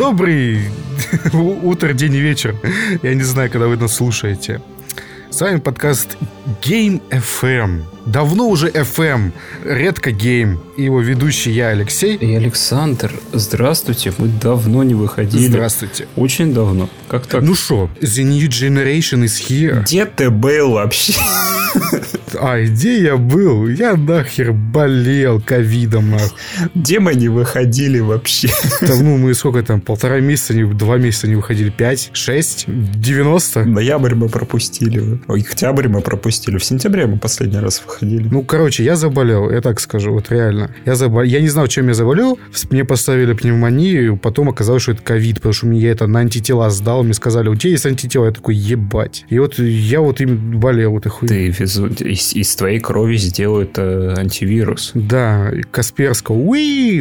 Добрый утро, день и вечер. Я не знаю, когда вы нас слушаете. С вами подкаст Game FM. Давно уже FM, редко Game. И его ведущий я, Алексей. И Александр. Здравствуйте, мы давно не выходили. Здравствуйте. Очень давно. Как так? Ну шо, the new generation is here. Где ты был вообще? Где я был? Я нахер болел ковидом, нахуй. Где мы не выходили вообще? Мы сколько там, 1,5 месяца, 2 месяца не выходили, 5, 6, 90? Ноябрь мы пропустили. Октябрь мы пропустили. В сентябре мы последний раз выходили. Я заболел, я так скажу, вот реально. Я не знал, чем я заболел. Мне поставили пневмонию, потом оказалось, что это ковид, потому что я это на антитела сдал. Мне сказали, у тебя есть антитела. Я такой, ебать. И вот я вот им болел, вот хуй. Ты из твоей крови сделают антивирус. Да, Касперского. Уи.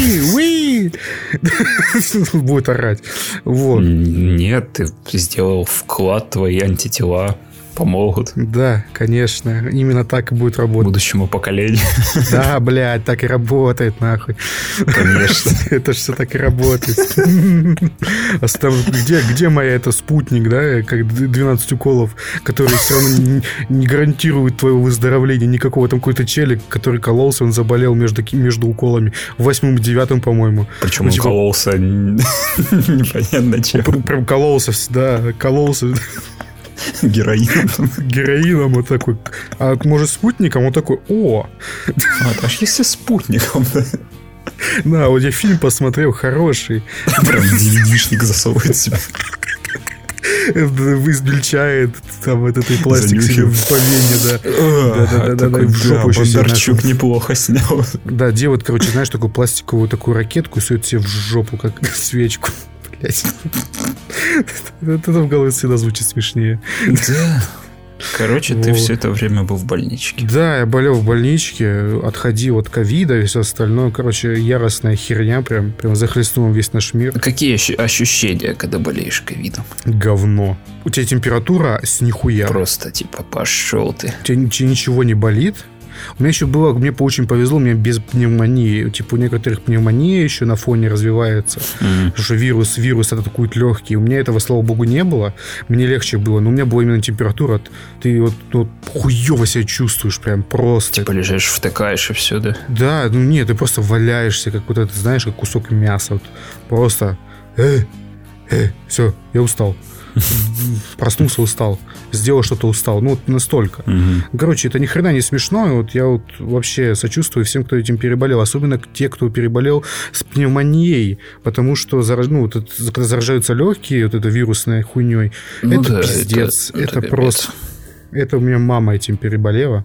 Будет орать. Вот. Нет, ты сделал вклад, твои антитела помогут. Да, конечно. Именно так и будет работать. Будущему поколению. Да, блядь, так и работает, нахуй. Конечно. Это ж все так и работает. Где моя спутник, да, как 12 уколов, которые все равно не гарантируют твоего выздоровления. Никакого. Там какой-то челик, который кололся, он заболел между уколами. В 8-м и 9-м, по-моему. Причем он кололся непонятно чем. Прям кололся, да, кололся. Героином вот такой. А может спутником? Он такой, аж если спутником. Да, вот я фильм посмотрел, хороший. Прям DVD-шник засовывает себя. Измельчает там вот этой пластик себе в повене, да. В жопу еще Бондарчук неплохо снял. Да, делает, знаешь, такую пластиковую такую ракетку и сует себе в жопу, как свечку. Это в голове всегда звучит смешнее. Да. Ты все это время был в больничке. Да, я болел в больничке, отходил от ковида и все остальное. Яростная херня, прям захлестнула весь наш мир. Какие ощущения, когда болеешь ковидом? Говно. У тебя температура с нихуя. Просто пошел ты. У тебя ничего не болит? У меня еще было, мне очень повезло, у меня без пневмонии. У некоторых пневмония еще на фоне развивается. Потому что вирус атакует легкие. У меня этого, слава богу, не было. Мне легче было. Но у меня была именно температура. Ты вот хуёво себя чувствуешь прям просто. Лежишь, втыкаешь и все, да? Да, нет, ты просто валяешься, как вот это, знаешь, как кусок мяса. Вот просто все, я устал. Проснулся, устал. Сделал что-то, устал. Настолько. Это ни хрена не смешно. Я вообще сочувствую всем, кто этим переболел. Особенно те, кто переболел с пневмонией. Потому что когда заражаются легкие, вот это вирусной хуйней, это пиздец. Это просто... Это у меня мама этим переболела.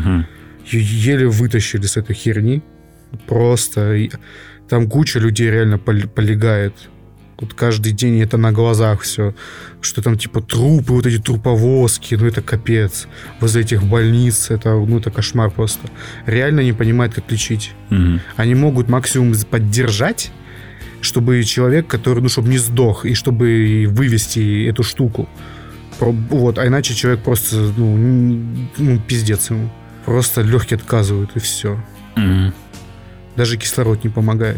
Еле вытащили с этой херни. Просто. Там куча людей реально полегает. Каждый день это на глазах все. Что там трупы, вот эти труповозки. Это капец. Возле этих больниц. Это кошмар просто. Реально не понимают, как лечить. Они могут максимум поддержать, чтобы человек, который, чтобы не сдох, и чтобы вывести эту штуку. А иначе человек просто, пиздец ему. Просто легкие отказывают, и все. Даже кислород не помогает.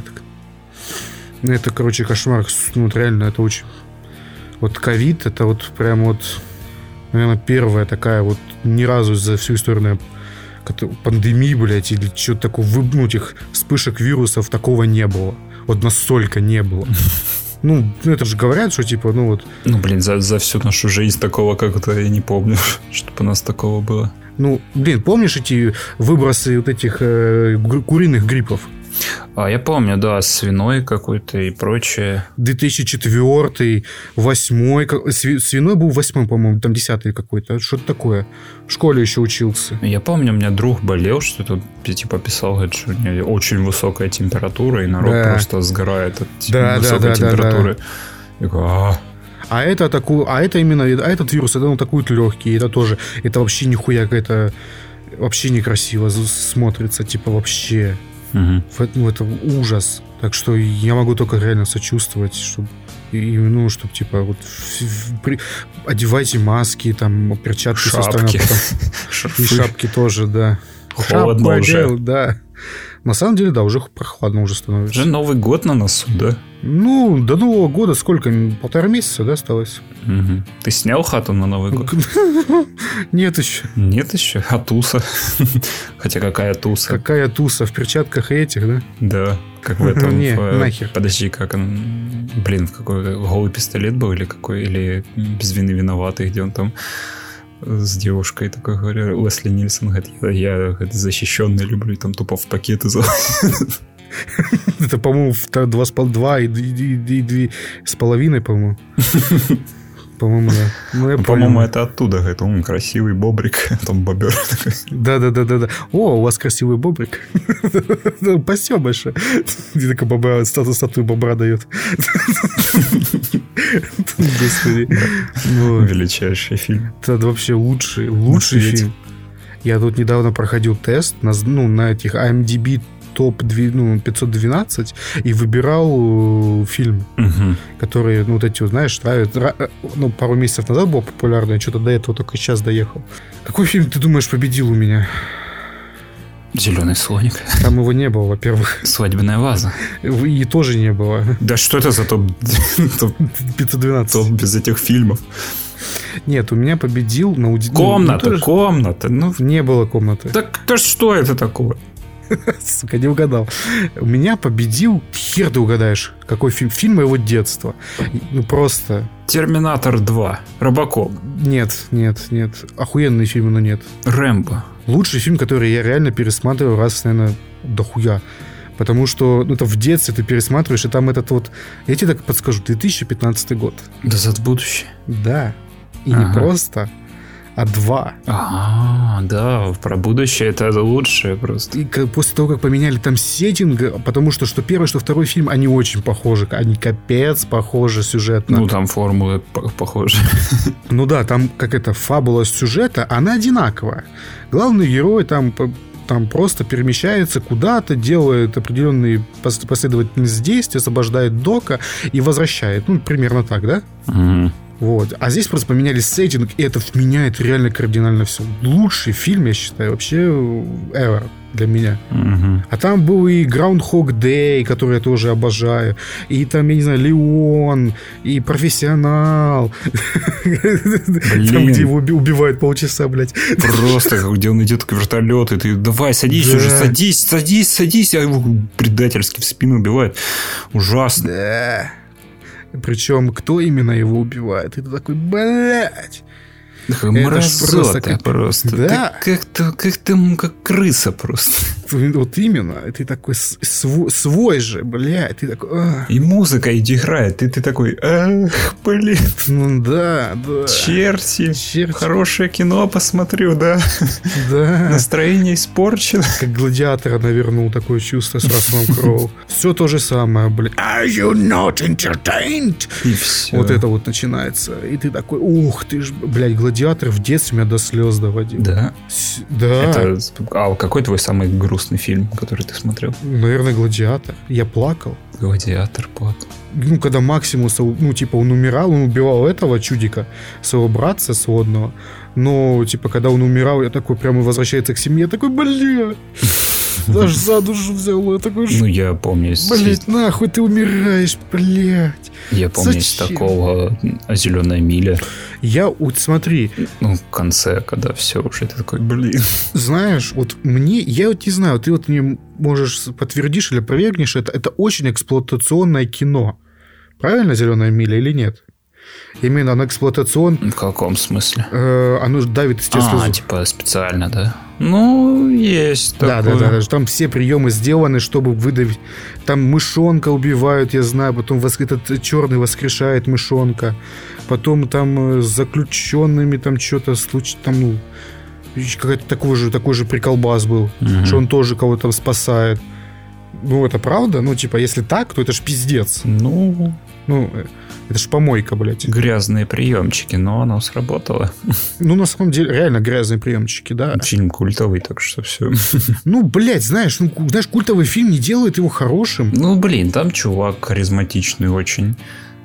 Это, кошмар. Реально, это очень... ковид, это прям наверное, первая такая ни разу за всю историю пандемии, блядь, или что-то такого, этих вспышек вирусов такого не было. Настолько не было. Это же говорят, что за всю нашу жизнь такого как-то я не помню, чтобы у нас такого было. Помнишь эти выбросы этих куриных гриппов? Я помню, да, свиной какой-то и прочее. 2004, 2008. Свиной был 8, по-моему, там 10 какой-то. Что-то такое. В школе еще учился. Я помню, у меня друг болел, что-то писал, говорит, что у него очень высокая температура, и народ просто сгорает от высокой температуры. Я говорю, этот вирус, это атакует легкие. Это тоже, это вообще нихуя какая-то, вообще некрасиво смотрится, вообще. Это ужас. Так что я могу только реально сочувствовать, чтобы одевайте маски, там, перчатки, шапки. И шапки тоже, да. Холодно уже. Да. На самом деле, да, уже прохладно уже становится. Уже Новый год на носу, да? Ну, до Нового года сколько? 1,5 месяца, да, осталось? Угу. Ты снял хату на Новый год? Нет еще. Нет еще? А туса? Хотя какая туса? Какая туса? В перчатках этих, да? Да. Как в этом... Не, нахер. Подожди, как он... Блин, в какой... Голый пистолет был или какой? Или Без вины виноватый, где он там с девушкой такой, говорю, Лесли Нильсон говорит, я защищенный люблю, и там тупо в пакеты залазит. Это, по-моему, 2 и 2,5, по-моему. По-моему, да. Ну, по-моему, это оттуда. Говорит, он красивый бобрик. Там бобер такой. Да. О, у вас красивый бобрик. Спасибо большое. Где такая бобра, статую бобра дает. Господи. Величайший фильм. Это вообще лучший фильм. Я тут недавно проходил тест на этих IMDb топ 512 и выбирал фильм, который, вот эти, знаешь, пару месяцев назад был популярный, что-то до этого только сейчас доехал. Какой фильм, ты думаешь, победил у меня? «Зеленый слоник». Там его не было, во-первых. «Свадебная ваза». И тоже не было. Да что это за топ 512? Топ без этих фильмов. Нет, у меня победил... Комната. Не было комнаты. Так что это такое? Сука, не угадал. У меня победил... Хер ты угадаешь, какой фильм. Фильм моего детства. Ну, просто... «Терминатор 2». «Робокоп». Нет. Охуенные фильмы, но нет. «Рэмбо». Лучший фильм, который я реально пересматриваю раз, наверное, дохуя. Потому что это в детстве ты пересматриваешь, и там этот вот... Я тебе так подскажу, 2015 год. «Назад в будущее». Да. И не просто... а 2. Да, про будущее это лучшее просто. И после того, как поменяли там сеттинг, потому что первый, что второй фильм, они очень похожи. Они капец похожи сюжетно. Ну, там формулы похожи. Ну да, там фабула сюжета, она одинаковая. Главный герой там просто перемещается куда-то, делает определенные последовательность действий, освобождает Дока и возвращает. Ну, примерно так, да? Угу. Вот. А здесь просто поменяли сеттинг, и это меняет реально кардинально все. Лучший фильм, я считаю, вообще ever для меня. Угу. А там был и Groundhog Day, который я тоже обожаю, и там, я не знаю, Леон, и Профессионал. Там, где его убивают полчаса, блядь. Просто, где он идет к вертолету, и ты давай, садись уже, садись, а его предательски в спину убивает. Ужасно. Да. Причем, кто именно его убивает? И ты такой, блядь. Мразота просто. Да. Ты как крыса просто. Вот именно. Ты такой свой же, блядь. Ты такой... И музыка играет. И ты такой... блин. Ну да. Черти. Хорошее кино посмотрю, да. Да. Настроение испорчено. Как «Гладиатора» навернул такое чувство с Расселом Кроу. Все то же самое, блядь. Are you not entertained? И все. Вот это вот начинается. И ты такой, ух ты ж, блядь, «Гладиатор» в детстве меня до слез доводил. Да? Да. А какой твой самый грустный фильм, который ты смотрел? Наверное, «Гладиатор». Я плакал. «Гладиатор» плакал. Ну, когда Максимус, он умирал, он убивал этого чудика, своего братца сводного. Но, когда он умирал, я такой прямо возвращается к семье, я такой, бля, аж за душу взял. Я такой, ну, я помню. Блять, нахуй ты умираешь, блять. Я помню из такого «Зеленая миля». Смотри. Ну, в конце, когда все уже, ты такой, блин. Знаешь, я не знаю, ты мне можешь подтвердишь или опровергнешь, это очень эксплуатационное кино. Правильно «Зеленая миля» или нет? Именно оно эксплуатационное. В каком смысле? Оно давит из тебя слезу. Специально, да? Ну, есть такое. Да. Там все приемы сделаны, чтобы выдавить. Там мышонка убивают, я знаю. Потом этот черный воскрешает мышонка. Потом там с заключенными там что-то случилось. Там, какой-то такой же приколбас был. Что он тоже кого-то там спасает. Ну, это правда? Ну, если так, то это ж пиздец. Ну, это ж помойка, блядь. Грязные приемчики, но оно сработало. Ну, на самом деле, реально грязные приемчики, да. Фильм культовый, так что все. Ну, блядь, знаешь, культовый фильм не делает его хорошим. Ну, блин, там чувак харизматичный очень.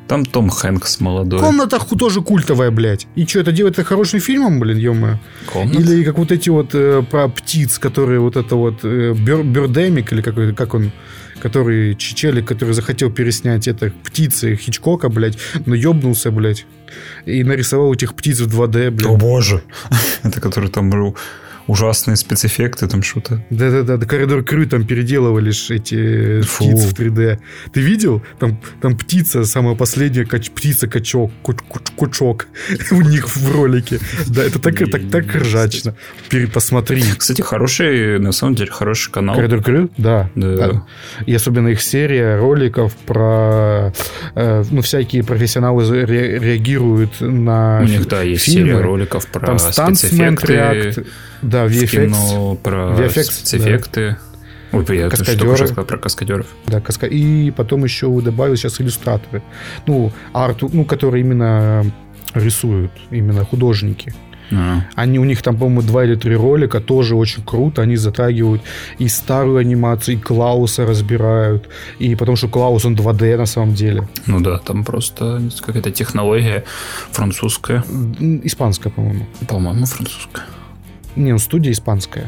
Там Том Хэнкс молодой. «Комната» тоже культовая, блядь. И что, это делает хорошим фильмом, блин, ё-моё? «Комната»? Или как вот эти вот про птиц, которые вот это вот Бёрдемик, или какой, как он, который челик, который захотел переснять это птицы Хичкока, блядь, но ёбнулся, блядь, и нарисовал этих птиц в 2D, блядь. О боже! Это который там был... Ужасные спецэффекты, там что-то. Да-да-да, «Коридор Крю» там переделывали эти птиц в 3D. Ты видел? Там птица, самая последняя, птица-качок, кучок у них в ролике. Да, это так ржачно. Посмотри. Кстати, хороший, на самом деле, хороший канал. «Коридор Крю»? Да. И особенно их серия роликов про... всякие профессионалы реагируют на фильмы. У них, да, есть серия роликов про спецэффекты. Да, VFX. В кино про спецэффекты. Да. Ой, я только что сказал про каскадеров. Да, и потом еще добавил сейчас иллюстраторы. Которые именно рисуют, именно художники. Они, у них там, по-моему, 2 или 3 ролика, тоже очень круто. Они затрагивают и старую анимацию, и Клауса разбирают. И потому что Клаус, он 2D на самом деле. Ну да, там просто какая-то технология французская. Испанская, по-моему. По-моему, французская. Не, студия испанская.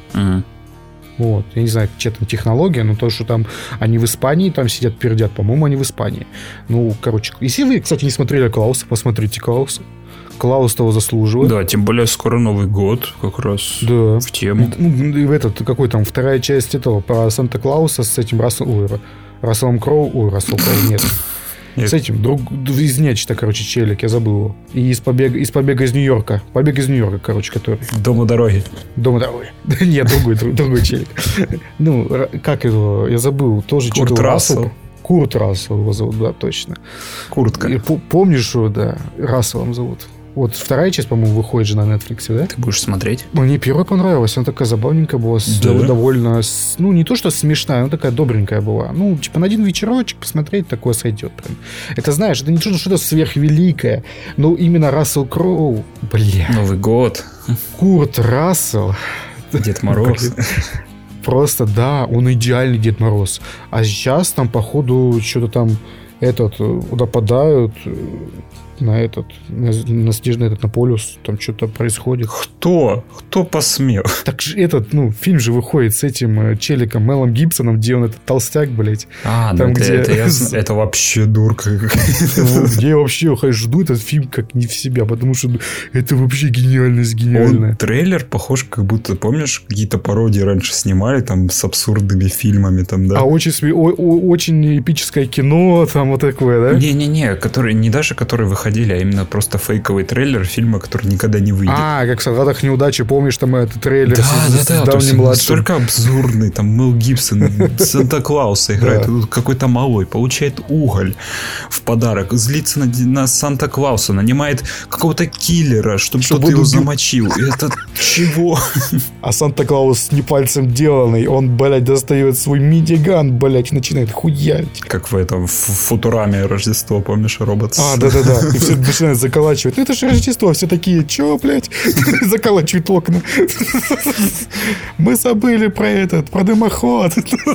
Вот. Я не знаю, чья там технология, но то, что там они в Испании там сидят, пердят, по-моему, они в Испании. Если вы, кстати, не смотрели Клауса, посмотрите Клауса. Клаус того заслуживает. Да, тем более скоро Новый год, как раз в тему. Какой там, вторая часть этого про Санта-Клауса с этим Расселом Кроу. Рассел Кроу, нет. С этим, из нечто, челик, я забыл его. И из побега из Нью-Йорка. Побег из Нью-Йорка, который. Дома дороги. Нет, другой челик. Как его, я забыл, тоже Курт Рассел. Курт Рассел его зовут, да, точно. Куртка. Помнишь его, да, Расселом зовут. Вот вторая часть, по-моему, выходит же на Netflix, да? Ты будешь смотреть? Мне первая понравилась. Она такая забавненькая была. Довольно... не то, что смешная, но такая добренькая была. На один вечерочек посмотреть такое сойдет. Прям. Это, знаешь, это не что-то сверхвеликое. Но именно Рассел Кроу... Бля. Новый год. Курт Рассел. Дед Мороз. Просто, да, он идеальный Дед Мороз. А сейчас там, походу, что-то там нападают... на полюс, там что-то происходит. Кто посмел? Так же фильм же выходит с этим челиком Мелом Гибсоном, где он этот толстяк, блядь. Это вообще дурка какая-то. Я вообще жду этот фильм как не в себя, потому что это вообще гениальная. Трейлер похож, как будто, помнишь, какие-то пародии раньше снимали там с абсурдными фильмами там, да? А очень эпическое кино, там вот такое, да? Не-не-не, которые выходили, а именно просто фейковый трейлер фильма, который никогда не выйдет. Как в «Солдатах неудачи», помнишь, там этот трейлер с давним младшим. Столько абсурдный, там Мел Гибсон, Санта-Клауса играет, тут какой-то малой, получает уголь в подарок, злится на Санта-Клауса, нанимает какого-то киллера, чтобы тот его замочил. Это чего? А Санта-Клаус не пальцем деланный, он, блядь, достает свой мини-ган, блядь, и начинает хуярить. Как в этом, в «Футураме» Рождество, помнишь, робот? Да-да-да. И все начинают заколачивать. Это же Рождество. Все такие, чё, блядь? Заколачивают окна. Мы забыли про дымоход.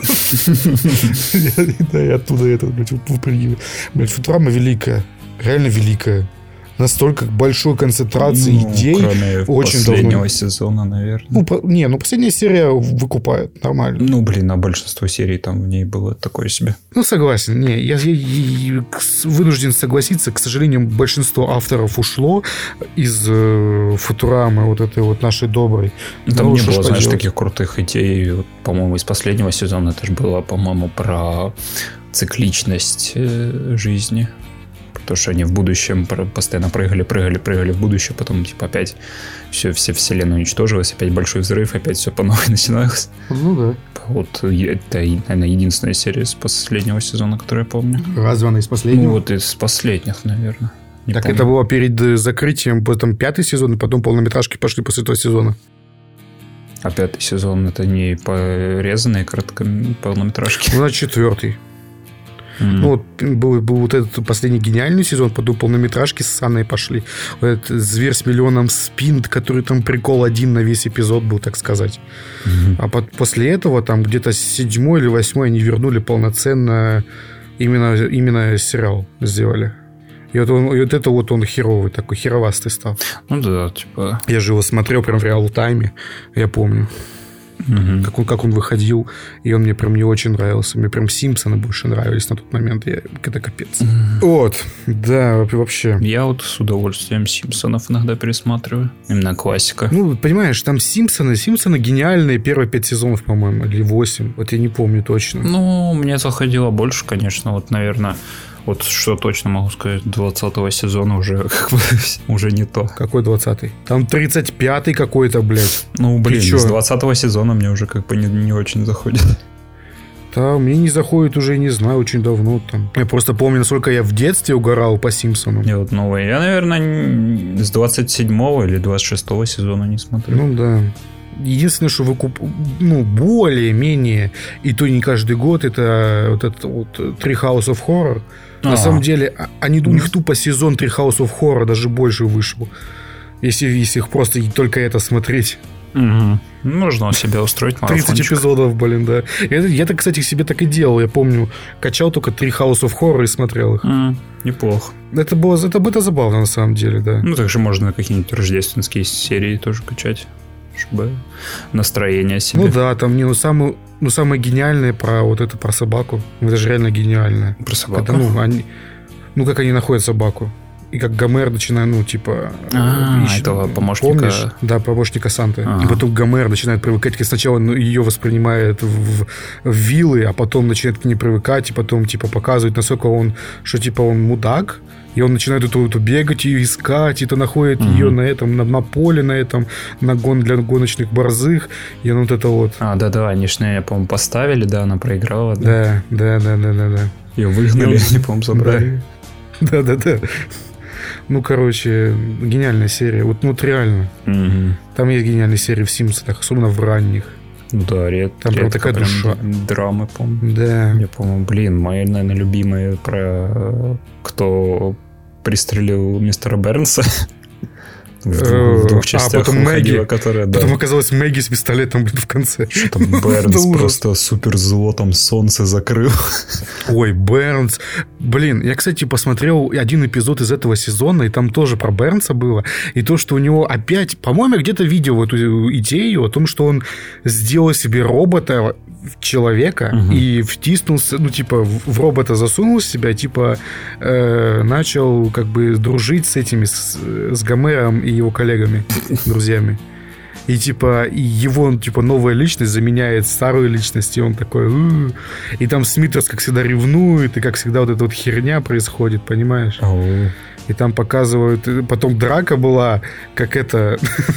Да, и оттуда это, блядь, выпрыгиваю. Блядь, «Футурама» великая. Реально великая. Настолько большой концентрации идей. Кроме очень последнего сезона, наверное. Последняя серия выкупает нормально. А большинство серий там в ней было такое себе. Согласен. Я вынужден согласиться. К сожалению, большинство авторов ушло из «Футурамы», вот этой вот нашей доброй. Там не было, знаешь, таких крутых идей. По-моему, из последнего сезона это же было, по-моему, про цикличность жизни. То, что они в будущем постоянно прыгали в будущее, потом опять все вселенная уничтожилась, опять большой взрыв, опять все по новой начиналось. Да. Вот это, наверное, единственная серия из последнего сезона, которую я помню. Разве она из последнего? Из последних, наверное. Так помню. Это было перед закрытием, потом 5-й сезон, и потом полнометражки пошли после этого сезона. А 5-й сезон это не порезанные полнометражки? Значит, 4-й. Был вот этот последний гениальный сезон, потом полнометражки с Анной пошли. Вот этот «Зверь с миллионом спин», который там прикол один на весь эпизод был, так сказать. А после этого там где-то 7-й или 8-й они вернули полноценно именно сериал сделали. И вот это вот он херовый такой, херовастый стал. Ну да, типа... Я же его смотрел прям в реал-тайме, я помню. Как он выходил, и он мне прям не очень нравился. Мне прям Симпсоны больше нравились на тот момент. Это капец. Вот, да, вообще. Я вот с удовольствием Симпсонов иногда пересматриваю. Именно классика. Ну, понимаешь, там Симпсоны гениальные первые 5 сезонов, по-моему, или 8. Вот я не помню точно. Ну, мне заходило больше, конечно. Вот, наверное... Вот что точно могу сказать, 20-го сезона уже как бы уже не то. Какой 20-й? Там 35-й какой-то, блядь. Ну, блин, с 20-го сезона мне уже как бы не очень заходит. Да, мне не заходит уже, не знаю, очень давно там. Я просто помню, насколько я в детстве угорал по Симпсонам. И вот новые. Я, наверное, с 27-го или 26-го сезона не смотрю. Ну, да. Единственное, что более-менее, и то не каждый год, это вот этот вот Three House of Horror. На самом деле, у них тупо сезон Three House of Horror даже больше вышел. Если их просто только это смотреть. Угу. Можно себе устроить марафончик. 30 эпизодов, блин, да. Я-то, кстати, себе так и делал. Я помню, качал только Three House of Horror и смотрел их. Неплохо. Это забавно, на самом деле, да. Ну, также можно какие-нибудь рождественские серии тоже качать, чтобы настроение себе. Ну да, там самое гениальное про собаку. Это же реально гениальное. Про собаку? Когда, как они находят собаку. И как Гомер начинает, этого помощника. Помнишь? Да, помощника Санты. И потом Гомер начинает привыкать. Сначала ее воспринимает в виллы, а потом начинает к ней привыкать, и потом, показывает, насколько он мудак. И он начинает эту бегать и искать, и то находит ее на поле, на для гоночных борзых. И он вот это вот... Да, они ж, я помню, поставили, да, она проиграла. Да. Ее выгнали, они, по-моему, забрали. Да. Ну, короче, гениальная серия. Вот реально. Там есть гениальные серии в Симпсонах, особенно в ранних. Ну да, там прям такая душа. Драмы, помню. Да. Я помню, мои, наверное, любимые про кто пристрелил мистера Бернса. В двух частях потом Мэгги, которая, потом оказалась Мэгги с пистолетом в конце. Что там Бернс просто супер зло там солнце закрыл. Ой, Бернс. Блин, я, кстати, посмотрел один эпизод из этого сезона, и там тоже про Бернса было. И то, что у него опять, по-моему, я где-то видел эту идею о том, что он сделал себе робота, человека, и втиснулся, в робота засунул себя, начал как бы дружить с этими, с Гомером и его коллегами, друзьями. И его новая личность заменяет старую личность, и он такой... И там Смитерс, как всегда, ревнует, и как всегда вот эта вот херня происходит, понимаешь? И там показывают... Потом драка была, как это...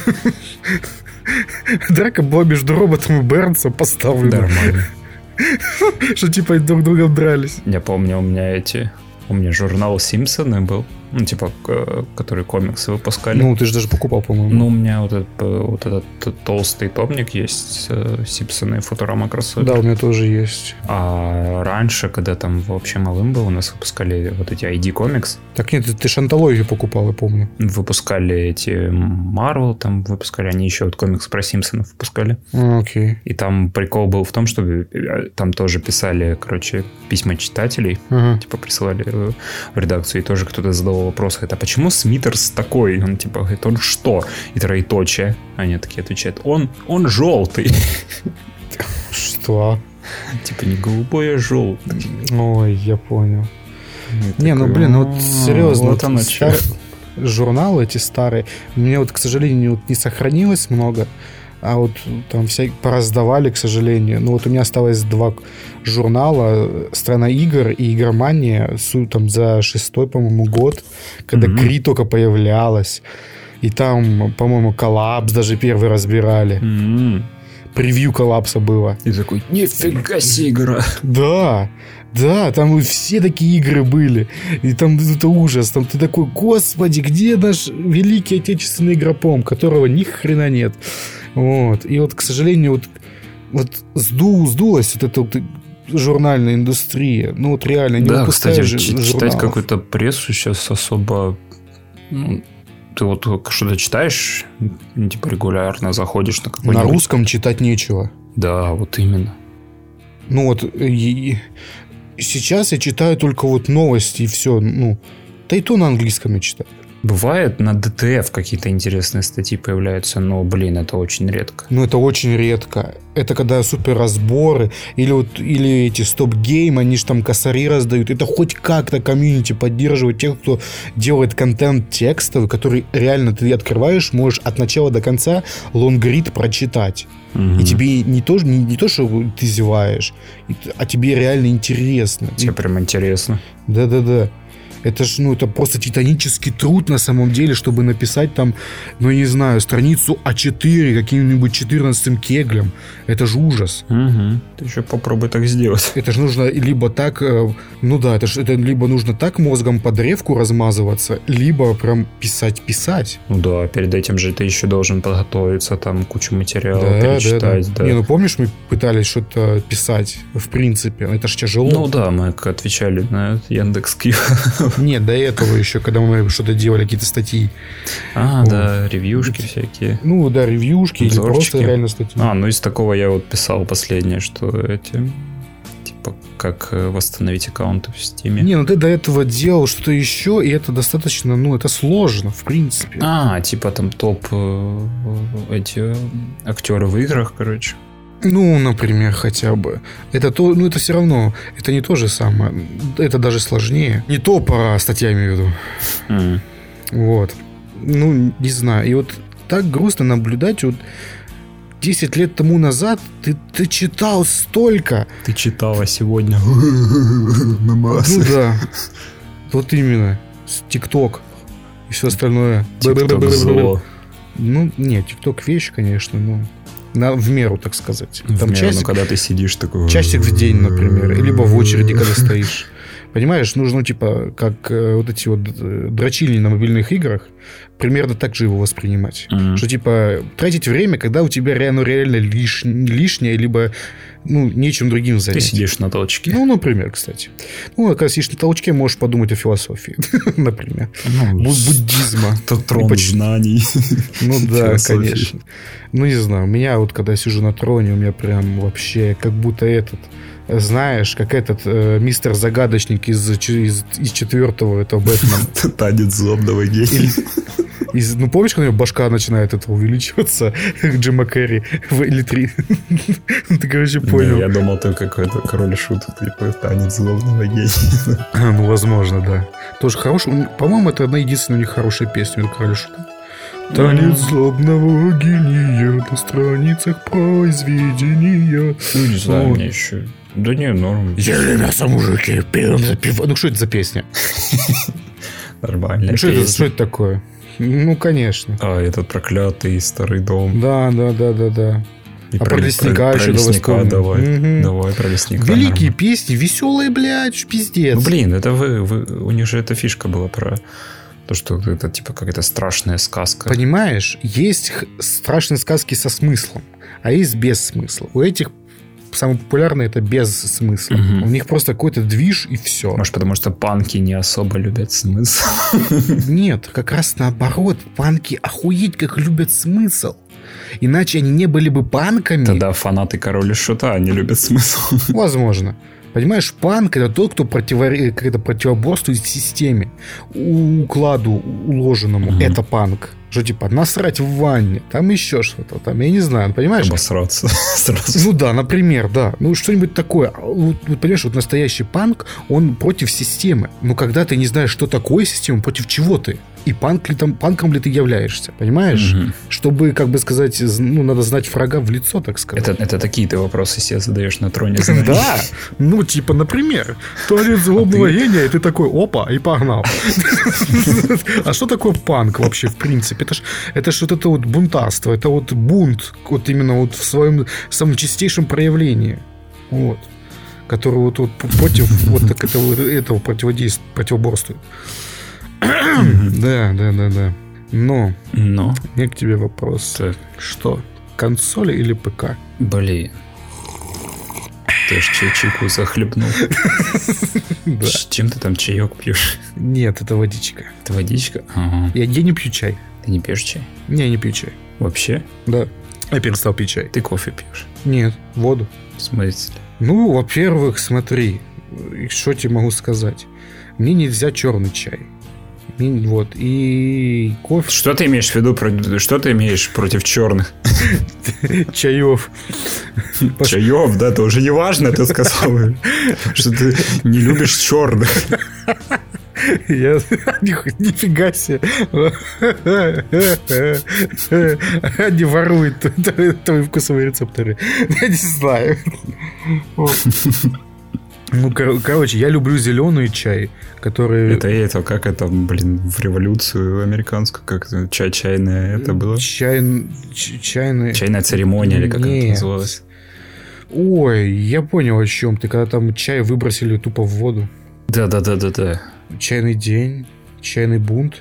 Драка была между роботом и Бернсом поставлена. Нормально. Что друг другом дрались. Я помню, у меня журнал «Симпсоны» был, который комиксы выпускали. Ну, ты же даже покупал, по-моему. Ну, у меня вот этот толстый томник есть, «Симпсоны» и «Футурама» кроссовер. Да, у меня тоже есть. А раньше, когда там вообще малым был, у нас выпускали вот эти ID Comics. Так нет, ты шантологию покупал, я помню. Выпускали эти Marvel, там выпускали, они еще вот комиксы про Симпсонов выпускали. Окей. И там прикол был в том, что там тоже писали, письма читателей, присылали в редакцию, и тоже кто-то задавал вопрос, а почему Смитерс такой? И он говорит, он что? И троеточие. Они такие отвечают, он желтый. Что? Не голубой, а желтый. Ой, я понял. Серьезно, журналы эти старые, мне к сожалению, не сохранилось много, а вот там пораздавали, к сожалению. Ну вот у меня осталось 2 журнала «Страна игр» и «Игромания» там за 6-й, по-моему, год, когда Кри только появлялась. И там, по-моему, «Коллапс» даже первый разбирали. Превью «Коллапса» было. И такой, нифига себе игра. Да, там все такие игры были. И там это ужас. Там ты такой, господи, где наш великий отечественный игропом, которого ни хрена нет. Вот. И к сожалению, сдулась вот эта вот журнальная индустрия. Ну, реально, не выпускаешь журналов. Читать какую-то прессу сейчас особо... ты что-то читаешь, регулярно заходишь на какой-нибудь... На русском читать нечего. Да, вот именно. Сейчас я читаю только новости и все. Да и то на английском я читаю. Бывает, на ДТФ какие-то интересные статьи появляются, но, блин, это очень редко. Ну, это очень редко. Это когда супер разборы, или эти стоп-гейм, они же там косари раздают. Это хоть как-то комьюнити поддерживает тех, кто делает контент текстовый, который реально ты открываешь, можешь от начала до конца лонгрид прочитать. Угу. И тебе не то, что ты зеваешь, а тебе реально интересно. Тебе прям интересно. Да-да-да. Это ж, это просто титанический труд на самом деле, чтобы написать там, не знаю, страницу А4 каким-нибудь 14-м кеглем. Это же ужас. Угу. Ты еще попробуй так сделать. Это же нужно либо так, это либо нужно так мозгом по древку размазываться, либо прям писать. Ну да, перед этим же ты еще должен подготовиться, там кучу материала перечитать. Да. Не, помнишь, мы пытались что-то писать, в принципе, это же тяжело. Ну да, мы отвечали на Яндекс.Кью. Нет, до этого еще, когда мы что-то делали, какие-то статьи. Да, ревьюшки всякие. Ну, да, ревьюшки или просто реально статьи. Из такого я вот писал последнее, что типа, как восстановить аккаунты в Steam. Не, ты до этого делал что-то еще, и это достаточно, это сложно, в принципе. Типа там топ эти актеры в играх, короче. Например, хотя бы. Это все равно, это не то же самое. Это даже сложнее. Не то по статьям, имею в виду. Вот. Не знаю. И вот так грустно наблюдать. 10 лет тому назад ты читал столько. Ты читала сегодня. Да. Вот именно. ТикТок и все остальное. ТикТок зло. Нет, ТикТок вещь, конечно, в меру, так сказать. Там часик, когда ты сидишь такой... Часик в день, например. Либо в очереди, когда стоишь. Понимаешь, нужно, как вот эти вот дрочильни на мобильных играх, примерно так же его воспринимать. Что, тратить время, когда у тебя реально лишнее, либо, нечем другим заняться. Ты сидишь на толчке. Например, кстати. Когда сидишь на толчке, можешь подумать о философии. Например. Буддизма. Трон знаний. Да, конечно. Не знаю, у меня когда я сижу на троне, у меня прям вообще как будто знаешь, как мистер Загадочник из 4-го этого Бэтмена. Танец злобного гения. Помнишь, когда у него башка начинает увеличиваться, как Джима Керри или 3? Ты, короче, понял. Я думал, ты какой-то король и шут, типа танец злобного гения. Возможно, да. Тоже хороший. По-моему, это одна единственная у них хорошая песня у короля шута. Танец злобного гения на страницах произведения. Не знаю, мне еще... Да не, норм. Ели мясо, мужики, пьем за пиво. Что это за песня? Нормально. Что это такое? Конечно. Этот проклятый старый дом. Да. И про лесника еще давай про лесника. Великие песни, веселые, блядь, пиздец. Это у них же эта фишка была про то, что это типа какая-то страшная сказка. Понимаешь, есть страшные сказки со смыслом, а есть без смысла. У этих самое популярное это без смысла. У них просто какой-то движ и все. Может, потому что панки не особо любят смысл? Нет, как раз наоборот. Панки охуеть как любят смысл. Иначе они не были бы панками. Тогда фанаты Короля Шута, они любят смысл. Возможно. Понимаешь, панк это тот, кто противоборствует системе, укладу уложенному. Это панк. Что типа насрать в ванне, там еще что-то, там, я не знаю, понимаешь? Обосраться сразу. Например, да. Что-нибудь такое. Понимаешь, настоящий панк, он против системы. Но когда ты не знаешь, что такое система, против чего ты? И панком ли ты являешься, понимаешь? Чтобы, как бы сказать, надо знать врага в лицо, так сказать. Это такие ты вопросы себе задаешь на троне. Да. Например, танец злобного гения, и ты такой, опа, и погнал. А что такое панк вообще, в принципе? Это ж это вот бунтарство, это вот бунт, вот именно вот в своем самом чистейшем проявлении. Вот. Который вот против вот этого противоборствует. Да. Но у меня к тебе вопрос. Так. Что? Консоли или ПК? Блин. Ты ж чайку захлебнул. Да. Чем ты там чаек пьешь? Нет, это водичка. Это водичка? Ага. Я не пью чай. Ты не пьешь чай? Не, я не пью чай. Вообще? Да. Я перестал пить чай. Ты кофе пьешь? Нет, воду. В смысле? Во-первых, смотри, что тебе могу сказать. Мне нельзя черный чай. Вот. И кофе. Что ты имеешь в виду? Что ты имеешь против черных? Чаев. Чаев, да, это уже не важно, ты сказал, что ты не любишь черных. Я... Нифига себе. Они воруют твои вкусовые рецепторы. Я не знаю. Ну, короче, я люблю зеленый чай, который... Это как это, блин, в революцию американскую, как чайная это было? Чайная церемония, или как это называлось? Ой, я понял, о чем ты. Когда там чай выбросили тупо в воду. Да. Чайный день, чайный бунт.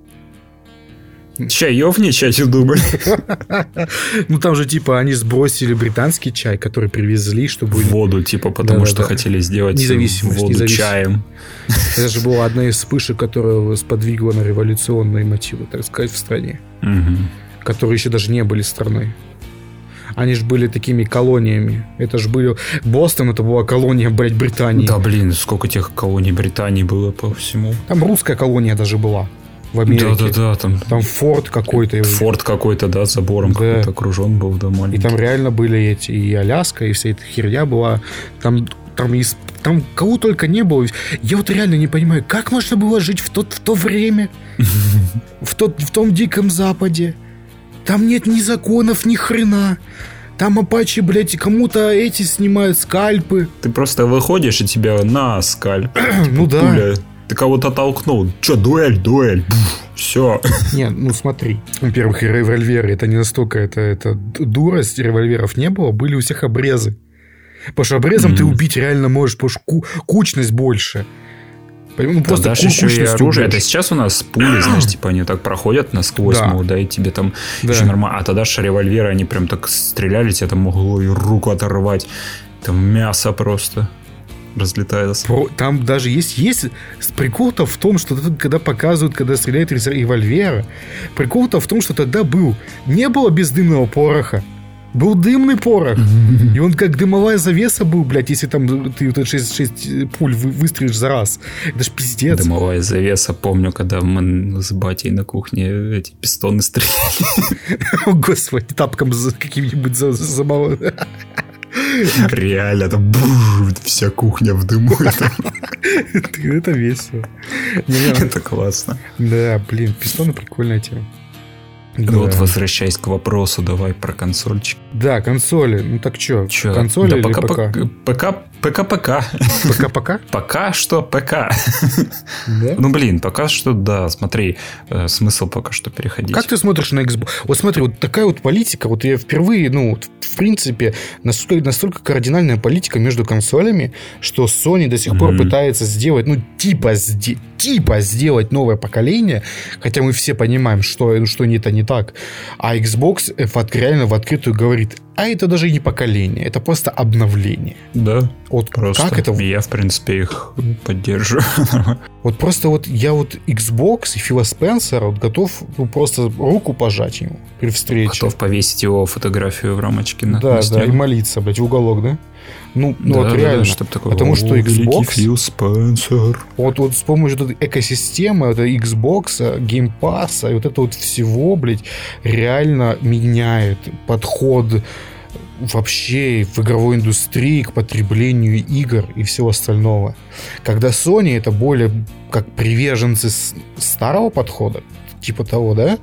Чаевничать думали. Ну, там же, типа, они сбросили британский чай, который привезли, чтобы... В воду, типа, потому что хотели сделать воду чаем. Это же была одна из вспышек, которая сподвигла на революционные мотивы, так сказать, в стране. Которые еще даже не были страной. Они же были такими колониями. Это же были... Бостон, это была колония, блядь, Британии. Да, блин, сколько тех колоний Британии было по всему. Там русская колония даже была. В Америке. Да. Там форт какой-то. Форт какой-то, да, забором какой-то окружен был, да, маленький. И там реально были эти, и Аляска, и вся эта херня была. Там кого только не было. Я вот реально не понимаю, как можно было жить в то время, в том диком западе. Там нет ни законов, ни хрена. Там апачи, блядь, кому-то эти снимают скальпы. Ты просто выходишь, и тебя на скальп. Ну да. Пуля. Ты кого-то толкнул. Че, дуэль. Все. Нет, ну смотри. Во-первых, револьверы, это не настолько, это дурость. Револьверов не было, были у всех обрезы. Потому что обрезом ты убить реально можешь, потому что кучность больше. Ну, просто даже еще и оружие. Это сейчас у нас пули, знаешь, типа они так проходят насквозь, да. И тебе там еще нормально. А тогда же револьверы, они прям так стреляли, тебе там могло и руку оторвать. Там мясо просто разлетается. Там даже есть прикол-то в том, что когда показывают, когда стреляют из револьвера, прикол-то в том, что тогда не было бездымного пороха. Был дымный порох. И он как дымовая завеса был, блядь, если там ты 6 пуль выстрелишь за раз. Это ж пиздец. Дымовая завеса, помню, когда мы с батей на кухне эти пистоны стреляли. О, господи, тапком каким-нибудь замало. Реально, там вся кухня в дыму. Это весело. Это классно. Да, блин, пистоны прикольная тема. Да. Вот возвращаясь к вопросу, давай про консольчик. Да, консоли. Ну так что, консоли да, или ПК? ПК. ПК? Пока что ПК. Да? Ну, блин, пока что, да, смотри, смысл пока что переходить. Как ты смотришь на Xbox? Вот смотри, вот такая вот политика, вот я впервые, в принципе, настолько кардинальная политика между консолями, что Sony до сих пор пытается сделать, сделать новое поколение, хотя мы все понимаем, что это не так. А Xbox реально в открытую говорит, а это даже не поколение, это просто обновление. Да, вот просто. Как это? Я, в принципе, их поддерживаю. Вот просто я Xbox и Фила Спенсера готов просто руку пожать ему при встрече. Готов повесить его фотографию в рамочке на Да, и молиться, блядь, в уголок, да? Ну вот реально, чтобы такое, потому что Xbox... Фил Спенсер. Вот с помощью этой экосистемы, Xbox, Game Pass, и вот это вот всего, блядь, реально меняет подход вообще в игровой индустрии к потреблению игр и всего остального. Когда Sony это более как приверженцы старого подхода, типа того, да?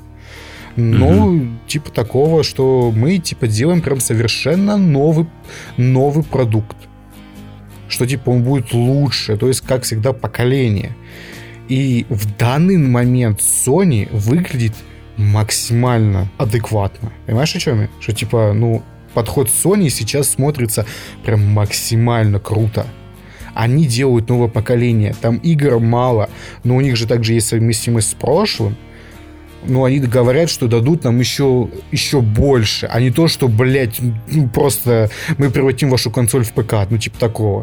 Типа такого, что мы делаем прям совершенно новый продукт. Что он будет лучше. То есть, как всегда, поколение. И в данный момент Sony выглядит максимально адекватно. Понимаешь, о чем я? Что, подход Sony сейчас смотрится прям максимально круто. Они делают новое поколение. Там игр мало, но у них же также есть совместимость с прошлым. Но они говорят, что дадут нам еще больше, а не то, что, блядь, просто мы превратим вашу консоль в ПК. Такого.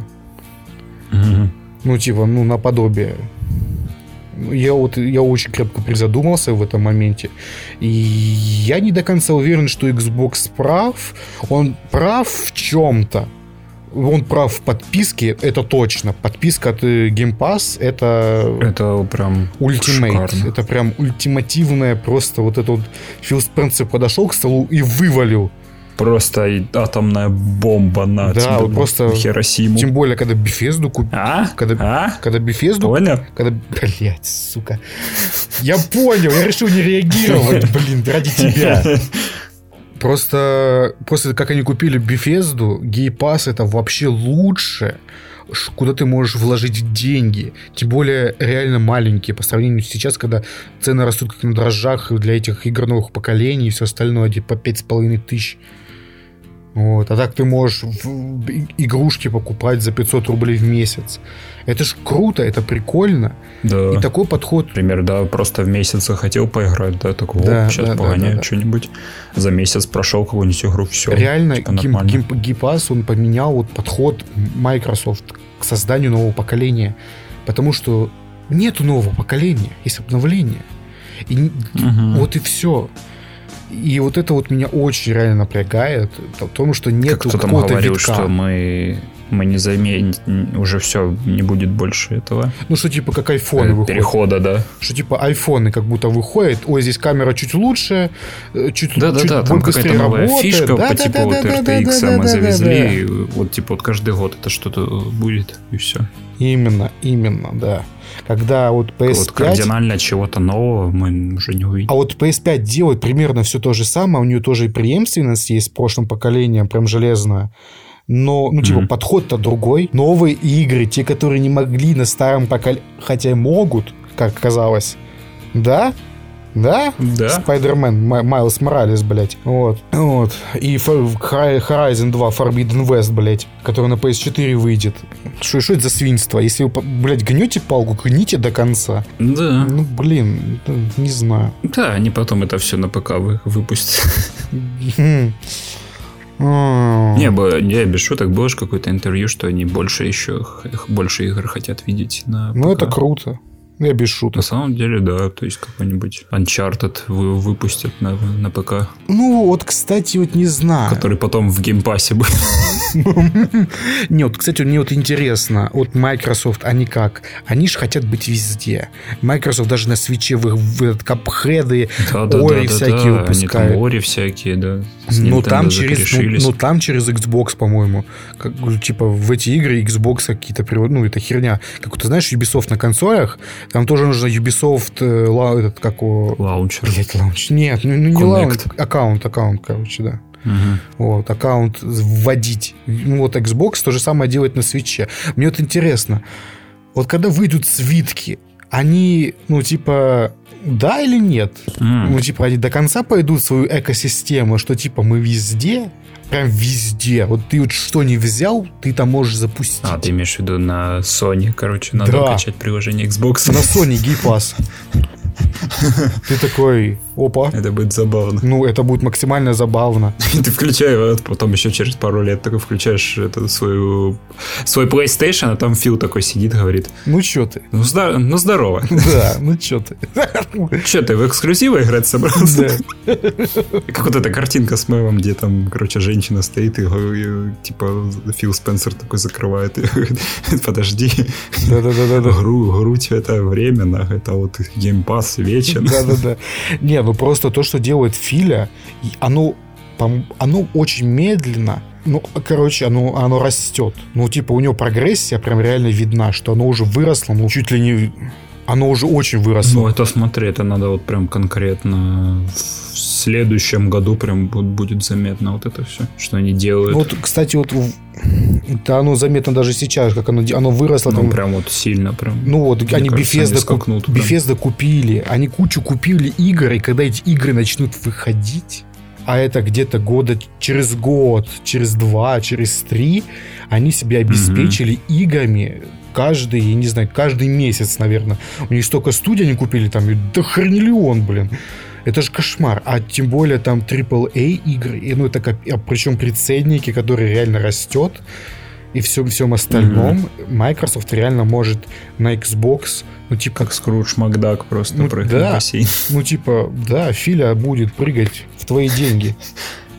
Наподобие. Я очень крепко призадумался в этом моменте. И я не до конца уверен, что Xbox прав. Он прав в чем-то. Он прав в подписке, это точно. Подписка от Game Pass это прям Ultimate. Шикарно. Это прям ультимативное. Просто вот это вот Фил Спенсер подошел к столу и вывалил. Просто атомная бомба на да, вот просто Хиросиму. Тем более, когда Bethesda купил. Когда Bethesda. Понял? Блять, сука. Я понял, я решил не реагировать, ради тебя. Просто как они купили Bethesda, Game Pass это вообще лучше, куда ты можешь вложить деньги. Тем более реально маленькие по сравнению с сейчас, когда цены растут как на дрожжах для этих игр новых поколений и все остальное по 5500. Вот. А так ты можешь игрушки покупать за 500 рублей в месяц. Это ж круто, это прикольно. Да. И такой подход... Например, да, просто в месяц захотел поиграть, да, так вот, сейчас погоняю что-нибудь. За месяц прошел какую-нибудь игру, все. Реально, Game Pass, он поменял вот подход Microsoft к созданию нового поколения. Потому что нету нового поколения, есть обновление. И вот и все. И вот это вот меня очень реально напрягает, потому что нет какого-то витка. Кто-то говорил, что мы не заменим, уже все, не будет больше этого. Ну, что типа как айфоны выходят. Перехода, да. Что типа айфоны как будто выходят, ой, здесь камера чуть лучше, чуть там какая-то новая фишка по типу вот RTX мы завезли, вот типа вот каждый год это что-то будет, и все. Именно, да. Когда вот PS5... Вот кардинально чего-то нового мы уже не увидим. А вот PS5 делает примерно все то же самое, у нее тоже и преемственность есть с прошлым поколением, прям железная. Но, подход-то другой. Новые игры, те, которые не могли на старом поколении, хотя и могут, как казалось. Да? Spider-Man, Майлз Моралес, блядь. Вот. И Horizon 2 Forbidden West, блядь, который на PS4 выйдет. Что это за свинство? Если вы, блядь, гнете палку, гните до конца. Да. Ну, блин, не знаю. Да, они потом это все на ПК выпустят. Не, без шуток, было же какое-то интервью, что они больше игр хотят видеть на ПК. Ну, это круто. Я без шуток. На самом деле, да. То есть какой-нибудь Uncharted выпустят на ПК. Ну, вот, кстати, вот не знаю. Который потом в геймпассе будет. Нет, кстати, мне вот интересно. Вот Microsoft, они как? Они же хотят быть везде. Microsoft даже на свитче в капхеды, Ори всякие выпускают. Они там Ори всякие, да. Но там через Xbox, по-моему. Типа в эти игры Xbox какие-то приводят. Ну, это херня. Как ты знаешь, Ubisoft на консолях, там тоже нужно Ubisoft лаунчер. Блять, лаунчер. Нет, не лаунчер. Аккаунт, короче, да. Вот, аккаунт вводить. Ну, вот Xbox то же самое делает на свитче. Мне вот интересно, вот когда выйдут свитки, они, да или нет? Они до конца пойдут в свою экосистему, что, мы везде, прям везде. Вот ты вот что не взял, ты там можешь запустить. А, ты имеешь в виду на Sony, надо качать приложение Xbox. На Sony Game Pass. Ты такой, опа. Это будет забавно. Ну, это будет максимально забавно. Ты включаешь, потом еще через пару лет такой включаешь свой PlayStation, а там Фил такой сидит, говорит: ну, чё ты? Ну, здорово. Да, ну, чё ты? Чё ты, в эксклюзивы играть собрался? Да. Как вот эта картинка с мемом, где там, женщина стоит, и Фил Спенсер такой закрывает. И говорит: подожди. Да. Грудь это временно, это вот Game Pass вечен. Да. Не, просто то, что делает Филя, оно очень медленно. Ну, оно растет. У него прогрессия прям реально видна, что оно уже выросло, чуть ли не... Оно уже очень выросло. Ну, это смотри, это надо вот прям конкретно в следующем году прям будет заметно вот это все, что они делают. Ну, вот, кстати, это оно заметно даже сейчас, как оно выросло. Ну, прям вот сильно прям. Ну, вот они Bethesda купили, они кучу купили игр, и когда эти игры начнут выходить, а это где-то через год, через 2, через 3, они себя обеспечили играми каждый месяц, наверное. У них столько студий они купили, там, да хрениллион, блин. Это же кошмар. А тем более там AAA игры, причем при ценнике, который реально растет, и всем остальном, Microsoft реально может на Xbox, как Скрудж Макдак просто прыгать в бассейн. Филя будет прыгать в твои деньги.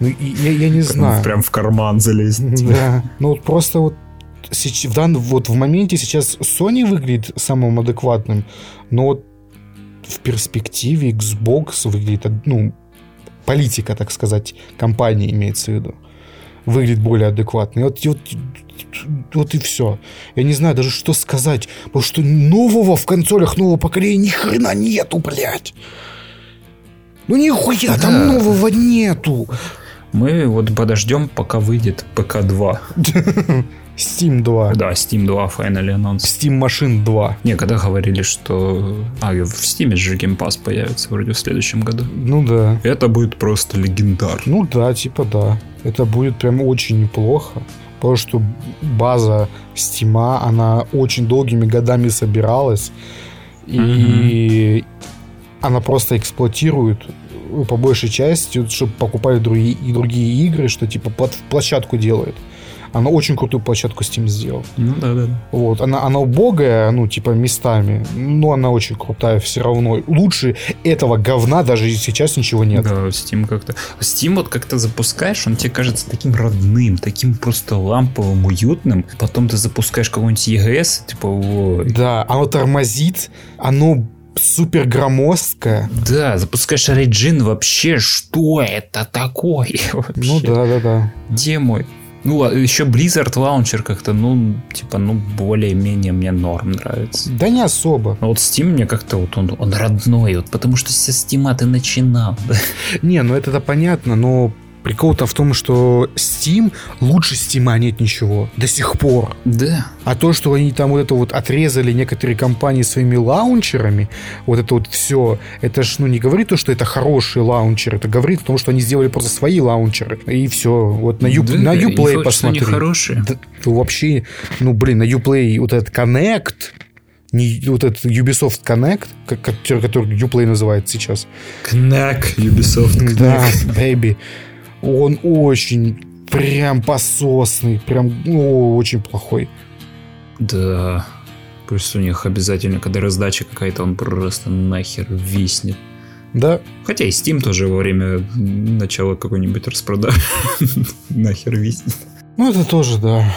Ну, я не знаю. Прям в карман залезть. Да. Ну, вот просто вот в моменте сейчас Sony выглядит самым адекватным, но вот в перспективе Xbox выглядит, ну, политика, так сказать, компании имеется в виду, выглядит более адекватно. Вот и все. Я не знаю даже, что сказать, потому что нового в консолях нового поколения ни хрена нету, блядь. Ну нихуя там нового нету. Мы вот подождем, пока выйдет ПК-2. Steam 2. Да, Steam 2 finally announced. Steam Machine 2. Не, когда говорили, что... в Steam же Game Pass появится вроде в следующем году. Ну да. Это будет просто легендар. Ну да, типа да. Это будет прям очень неплохо. Потому что база Steam, она очень долгими годами собиралась. И она просто эксплуатирует по большей части, чтобы покупали другие игры, что типа площадку делает. Она очень крутую площадку Steam сделала. Ну да. Вот. Она убогая, ну, типа, местами, но она очень крутая все равно. Лучше этого говна даже сейчас ничего нет. Да, Steam как-то... Steam вот как-то запускаешь, он тебе кажется таким родным, таким просто ламповым, уютным. Потом ты запускаешь какой-нибудь EGS, типа, ой. Да, оно тормозит, оно супер громоздкое. Да, запускаешь Origin, вообще, что это такое? Вообще? Ну да. Где мой? Ну, еще Blizzard Launcher как-то, более-менее мне норм нравится. Да не особо. Но вот Steam мне как-то вот он родной, вот, потому что со Steam ты начинал. Да? Не, ну это-то понятно, но прикол-то в том, что Steam, лучше Steam нет ничего. До сих пор. Да. А то, что они там вот это вот отрезали некоторые компании своими лаунчерами, вот это вот все, это ж, не говорит то, что это хорошие лаунчеры, это говорит о том, что они сделали просто свои лаунчеры. И все. Вот на Uplay посмотри. Они хорошие. Да, вообще, на Uplay вот этот Connect, вот этот Ubisoft Connect, который Uplay называется сейчас. Connect, Ubisoft Connect. Да, baby. Он очень прям пососный, прям очень плохой. Да. Плюс у них обязательно, когда раздача какая-то, он просто нахер виснет. Да. Хотя и Steam тоже во время начала какой-нибудь распродажи нахер виснет. Ну, это тоже, да.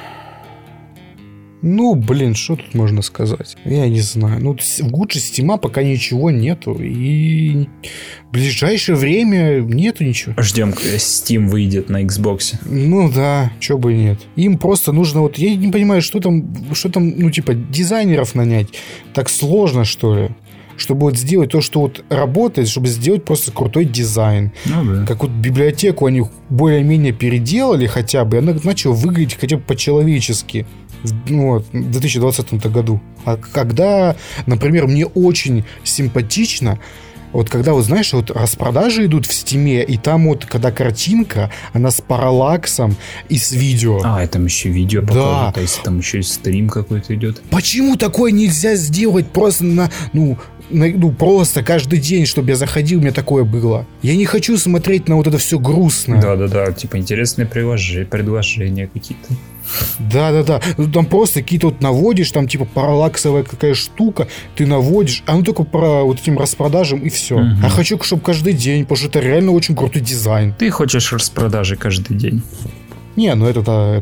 Ну, блин, что тут можно сказать? Я не знаю. Ну, лучше Стима пока ничего нету. И в ближайшее время нету ничего. Ждем, когда Steam выйдет на Xbox. Ну да, чё бы и нет. Им просто нужно вот... Я не понимаю, что там, дизайнеров нанять. Так сложно, что ли? Чтобы вот сделать то, что вот работает, чтобы сделать просто крутой дизайн. Ну да. Как вот библиотеку они более-менее переделали хотя бы, и она начала выглядеть хотя бы по-человечески. В 2020 году. А когда, например, мне очень симпатично, вот когда, вот знаешь, вот распродажи идут в Стиме, и там вот, когда картинка, она с параллаксом и с видео. А, там еще видео показывают, а если там еще и стрим какой-то идет. Почему такое нельзя сделать просто просто каждый день, чтобы я заходил, у меня такое было. Я не хочу смотреть на вот это все грустное. Да, типа интересные предложения какие-то. Да. Там просто какие-то вот наводишь, там типа параллаксовая какая штука, ты наводишь, а только по вот этим распродажам и все. Угу. А хочу, чтобы каждый день, потому что это реально очень крутой дизайн. Ты хочешь распродажи каждый день? Не, ну это...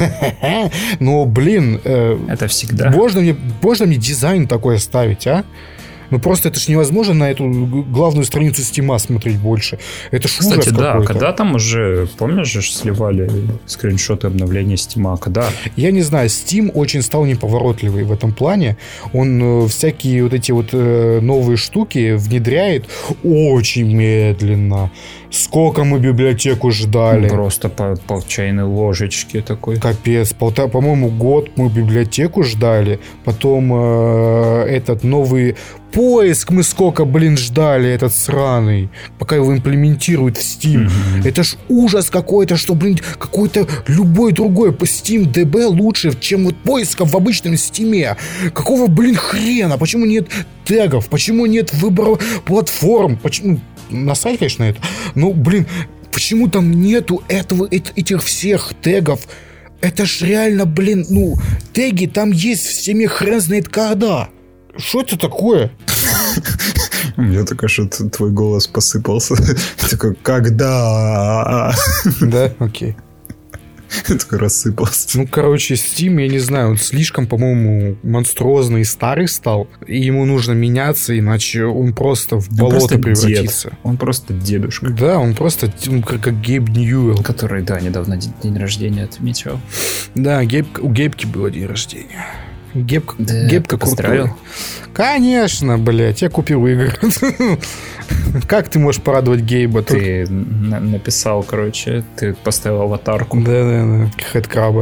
Ну, блин... Это всегда. Можно мне дизайн такой ставить, а? Ну, просто это ж невозможно на эту главную страницу Стима смотреть больше. Это ж ужас какой-то. Кстати, да, когда там уже, помнишь же, сливали скриншоты обновления Стима, когда? Я не знаю, Steam очень стал неповоротливый в этом плане. Он всякие вот эти вот новые штуки внедряет очень медленно. Сколько мы библиотеку ждали. Просто по чайной ложечке такой. Капец. По-моему, год мы библиотеку ждали. Потом этот новый поиск мы сколько, ждали, этот сраный. Пока его имплементируют в Steam. Mm-hmm. Это ж ужас какой-то, что, какой-то любой другой по Steam DB лучше, чем вот поиска в обычном Steam. Какого, хрена? Почему нет тегов? Почему нет выбора платформ? Почему... Насрать, конечно, на это. Ну, почему там нету этих всех тегов? Это ж реально, теги там есть в Steam, хрен знает когда. Что это такое? У меня такое, что твой голос посыпался. Такой, когда? Да, окей. Такой рассыпался. Ну, короче, Steam, я не знаю, он слишком, по-моему, монструозный и старый стал. И ему нужно меняться, иначе он просто в болото превратится. Он просто дедушка. Да, он просто как Гейб Ньюэлл. Который, да, недавно день рождения отмечал. Да, у Гейбки было день рождения. Гейбка поздравил? Конечно, блядь, я купил игры. Как ты можешь порадовать Гейба? Ты написал, короче, ты поставил аватарку. Да, хэдкраба.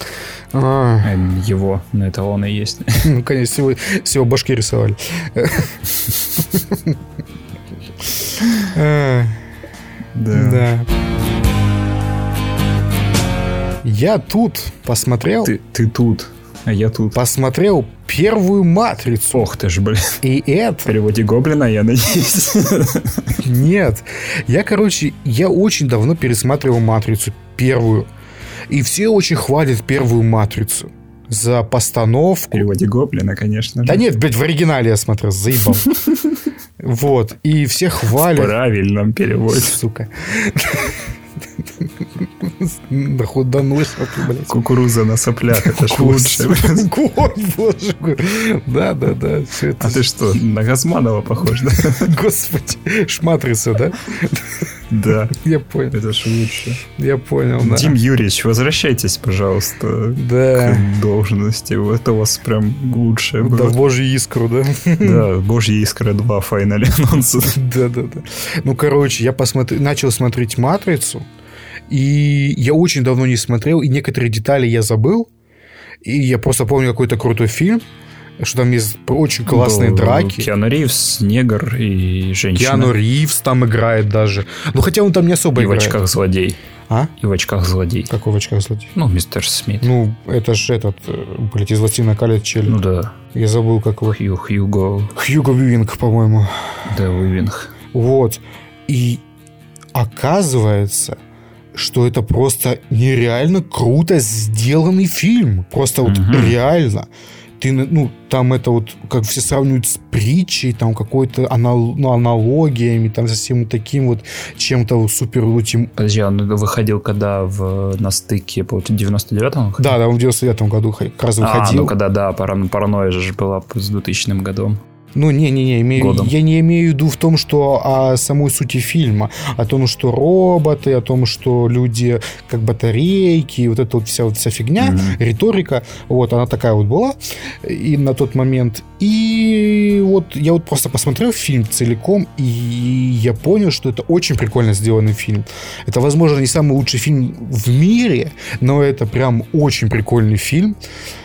Его, но это он и есть. Ну, конечно, всего башки рисовали. Да. Я тут посмотрел... Ты тут, а я тут. Посмотрел первую «Матрицу». Ох ты ж, блин. И это... В переводе Гоблина, я надеюсь. Нет. Я очень давно пересматривал «Матрицу» первую. И все очень хвалят первую «Матрицу» за постановку. В переводе Гоблина, конечно же. Да нет, блядь, в оригинале я смотрел, заебал. Вот. И все хвалят. В правильном переводе. Сука. Да хоть носом, блядь. Кукуруза на соплях, это ж лучше. Боже мой. Да. А ты что, на Газманова похож, да? Господи, Шматрица, да? Да. Я понял. Это ж лучше. Я понял, да. Дим Юрьевич, возвращайтесь, пожалуйста, к должности. Это у вас прям лучшее было. Да, Божью искру, да? Да, Божья искра 2 Final Announce. Да. Ну, короче, я начал смотреть «Матрицу», и я очень давно не смотрел, и некоторые детали я забыл. И я просто помню какой-то крутой фильм, что там есть очень классные драки. Киану Ривз, негр и женщина. Киану Ривз там играет даже. Ну, хотя он там не особо играет. И в очках злодей. А? И в очках злодей. Какой в очках злодей? Ну, мистер Смит. Ну, это же этот, блядь, из «Властелина колец» челик. Ну, да. Я забыл, как его. Хьюго Вивинг, по-моему. Да, Вивинг. Вот. И оказывается, что это просто нереально круто сделанный фильм. Просто вот реально. Там это вот, как все сравнивают с притчей, там какой-то аналогиями, там совсем таким вот чем-то супер... Подожди, он выходил когда на стыке, по 99-му? Да, он в 99-м году как раз выходил. Ну когда, да, паранойя же была с 2000 годом. Ну, я не имею в виду в том, что о самой сути фильма, о том, что роботы, о том, что люди как батарейки, вот эта вот вся фигня, риторика, вот, она такая вот была и на тот момент. И вот я вот просто посмотрел фильм целиком, и я понял, что это очень прикольно сделанный фильм. Это, возможно, не самый лучший фильм в мире, но это прям очень прикольный фильм.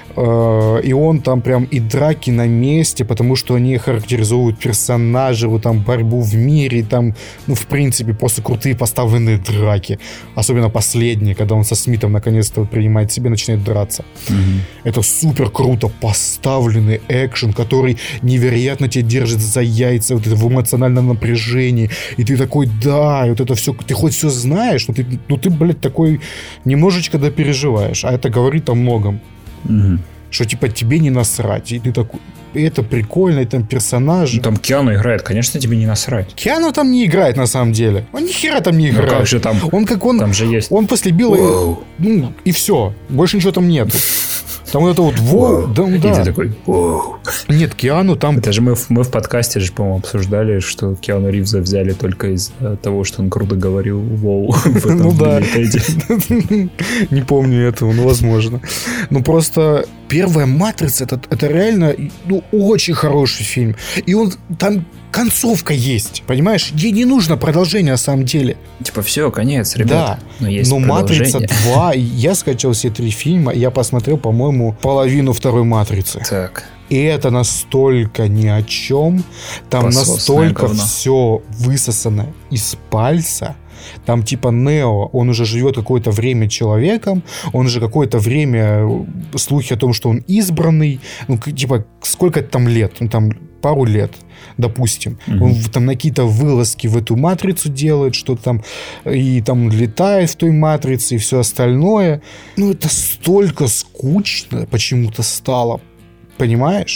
И он там прям и драки на месте, потому что они характеризуют персонажей, вот там борьбу в мире, там, ну, в принципе, просто крутые поставленные драки. Особенно последние, когда он со Смитом наконец-то принимает себе, начинает драться. Это супер круто поставленный экшен, который невероятно тебя держит за яйца, вот это в эмоциональном напряжении. И ты такой, да, и вот это все, ты хоть все знаешь, но ты, блядь, такой немножечко допереживаешь. А это говорит о многом. Что типа тебе не насрать. И ты такой, это прикольно, и там персонажи. Ну, там Киану играет, конечно, тебе не насрать. Киану там не играет на самом деле. Он ни хера там не играет. Ну как же там? Там же есть. Он после Билла, ну, и все. Больше ничего там нету. Там вот это вот воу, да. И ты такой, воу. Нет, Киану там... Это же мы в подкасте же, по-моему, обсуждали, что Киану Ривза взяли только из-за того, что он круто говорил воу в этом билетеде. Не помню этого, но возможно. Ну просто первая «Матрица» это реально очень хороший фильм. И он там... Концовка есть, понимаешь? Ей не нужно продолжение на самом деле. Типа все, конец, ребята. Да, но «Матрица 2», я скачал все 3 фильма, я посмотрел, по-моему, половину второй «Матрицы». Так. И это настолько ни о чем, там настолько все высосано из пальца. Там типа Нео, он уже живет какое-то время человеком, он уже какое-то время, слухи о том, что он избранный, ну типа сколько там лет, ну там пару лет, допустим. Он там на какие-то вылазки в эту матрицу делает, что-то там, и там летает в той матрице и все остальное. Ну это столько скучно почему-то стало, понимаешь?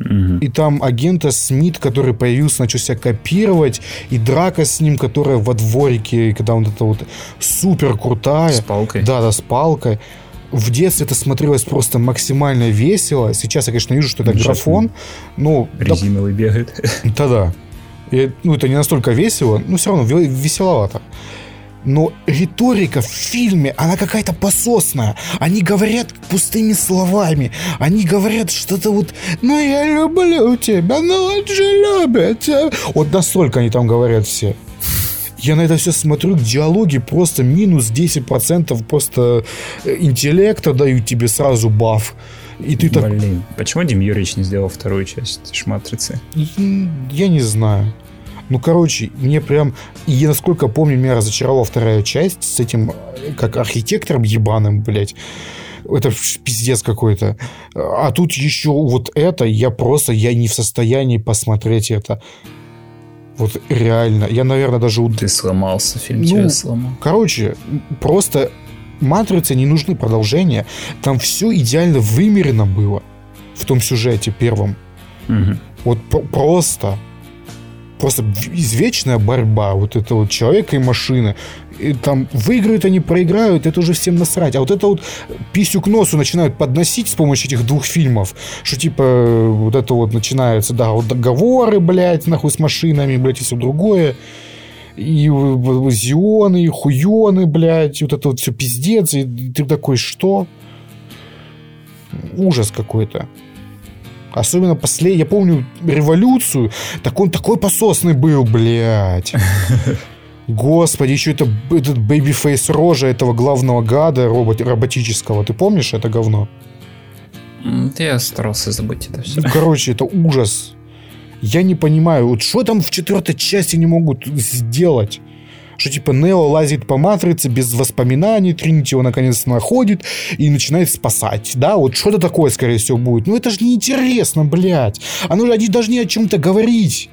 И там агента Смит, который появился, начал себя копировать, и драка с ним, которая во дворике, когда он это вот супер крутая. С палкой. Да, с палкой. В детстве это смотрелось просто максимально весело. Сейчас я, конечно, вижу, что это графон. Но, резиновый бегает. Да-да. Это не настолько весело, но все равно веселовато. Но риторика в фильме, она какая-то пососная. Они говорят пустыми словами. Они говорят что-то вот: ну я люблю тебя, ну он же любит тебя. Вот настолько они там говорят все. Я на это все смотрю, диалоги просто минус 10% просто интеллекта дают тебе сразу баф. И ты так... Блин, почему Дим Юрьевич не сделал вторую часть «Матрицы»? Я не знаю. Ну, короче, мне прям... И я, насколько помню, меня разочаровала вторая часть с этим, как архитектором ебаным, блядь. Это пиздец какой-то. А тут еще вот это, я не в состоянии посмотреть это. Вот реально. Я, наверное, даже... Ты сломался, фильм тебя сломал. Короче, просто «Матрице» не нужны продолжения. Там все идеально вымерено было в том сюжете первом. Угу. Вот просто извечная борьба вот это вот человека и машины. И там выиграют они, проиграют, это уже всем насрать. А вот это вот писю к носу начинают подносить с помощью этих двух фильмов, что типа вот это вот начинаются, да, вот договоры, блядь, нахуй с машинами, блядь, и все другое. И зионы, и хуёны, блядь, вот это вот все пиздец. И ты такой, что? Ужас какой-то. Особенно последний, я помню революцию, так он такой пососный был, блядь. Господи, еще этот бэйби-фейс рожа этого главного гада роботического. Ты помнишь это говно? Я старался забыть это все. Ну, короче, это ужас. Я не понимаю, вот что там в 4-й части не могут сделать? Что типа Нео лазит по матрице без воспоминаний, Тринити его наконец-то находит и начинает спасать, да? Вот что-то такое, скорее всего, будет. Ну это же неинтересно, блядь. Они должны о чем-то говорить,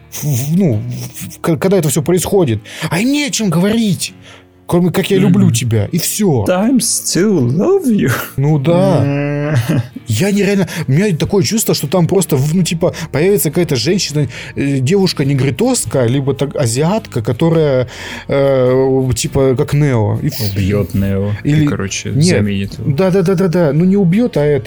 когда это все происходит. А им не о чем говорить, кроме как я люблю тебя, и все. I'm still love you. Ну да. Я нереально... У меня такое чувство, что там просто, появится какая-то женщина, девушка негритоска, либо так азиатка, которая как Нео. Убьет Нео. Или... заменит его. Да. Ну, не убьет, а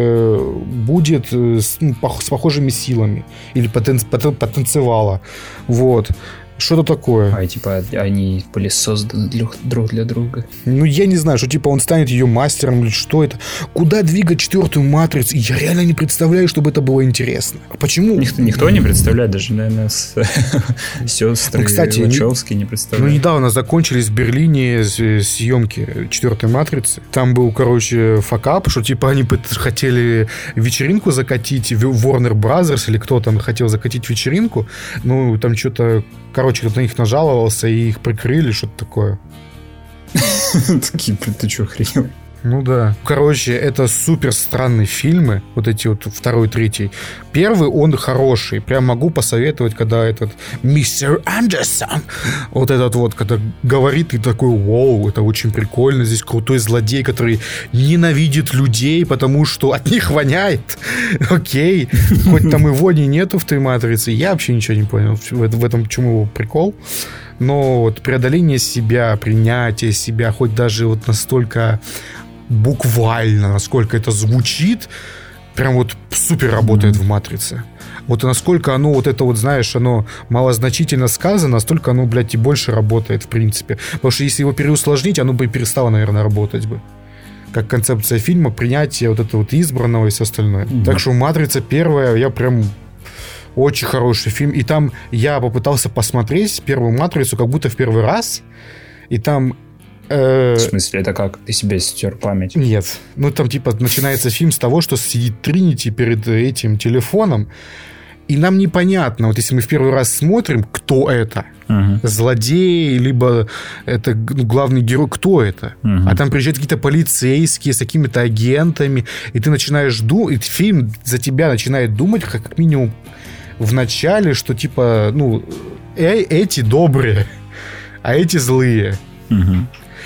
будет с похожими силами. Или потанцевала. Вот. Что-то такое. Они были созданы друг для друга. Ну, я не знаю, что он станет ее мастером или что это. Куда двигать 4-ю матрицу? Я реально не представляю, чтобы это было интересно. Почему? Никто не представляет, даже, наверное, сестры Вачовски не представляют. Недавно закончились в Берлине съемки 4-й матрицы. Там был, факап, что они хотели вечеринку закатить, Warner Brothers или кто там хотел закатить вечеринку. Ну, там что-то... кто-то на них нажаловался, и их прикрыли, что-то такое. Такие, ты что, охренел? Ну да. Это супер странные фильмы. Вот эти вот 2-й, 3-й. Первый, он хороший. Прям могу посоветовать, когда этот мистер Андерсон, вот этот вот, когда говорит, и такой: вау, это очень прикольно. Здесь крутой злодей, который ненавидит людей, потому что от них воняет. Окей. Хоть там и вони нету в той матрице. Я вообще ничего не понял. В этом чему прикол. Но вот преодоление себя, принятие себя, хоть даже вот настолько буквально, насколько это звучит, прям вот супер работает в «Матрице». Вот насколько оно, вот это вот, знаешь, оно малозначительно сказано, настолько оно, блядь, и больше работает, в принципе. Потому что если его переусложнить, оно бы и перестало, наверное, работать бы. Как концепция фильма, принятие вот этого вот избранного и все остальное. Так что «Матрица» первая, я прям... Очень хороший фильм. И там я попытался посмотреть первую «Матрицу» как будто в первый раз. И там... В смысле, это как? Ты себе стер память? Нет. Ну, там начинается фильм с того, что сидит Тринити перед этим телефоном. И нам непонятно, вот если мы в первый раз смотрим, кто это. Злодей, либо это главный герой, кто это. А там приезжают какие-то полицейские с какими-то агентами. И ты начинаешь думать... И фильм за тебя начинает думать, как минимум, в начале, что эти добрые, а эти злые.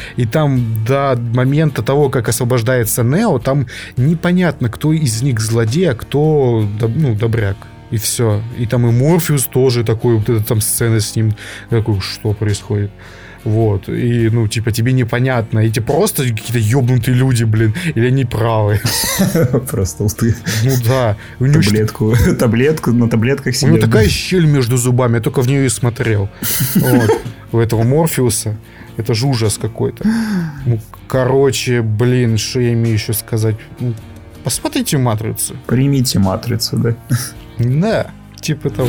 И там до момента того, как освобождается Нео, там непонятно, кто из них злодей, а кто, добряк. И все. И там и Морфеус тоже такой, вот эта там сцена с ним. Такой, что происходит? Вот. И, тебе непонятно. Эти просто какие-то ёбнутые люди, блин. Или они правы. Просто ты. Да. Таблетку на таблетках сидел. У него такая щель между зубами. Я только в нее и смотрел. Вот. У этого Морфеуса. Это же ужас какой-то. Короче, блин, что я имею еще сказать? Посмотрите «Матрицу». Примите «Матрицу», да? Да, типа того.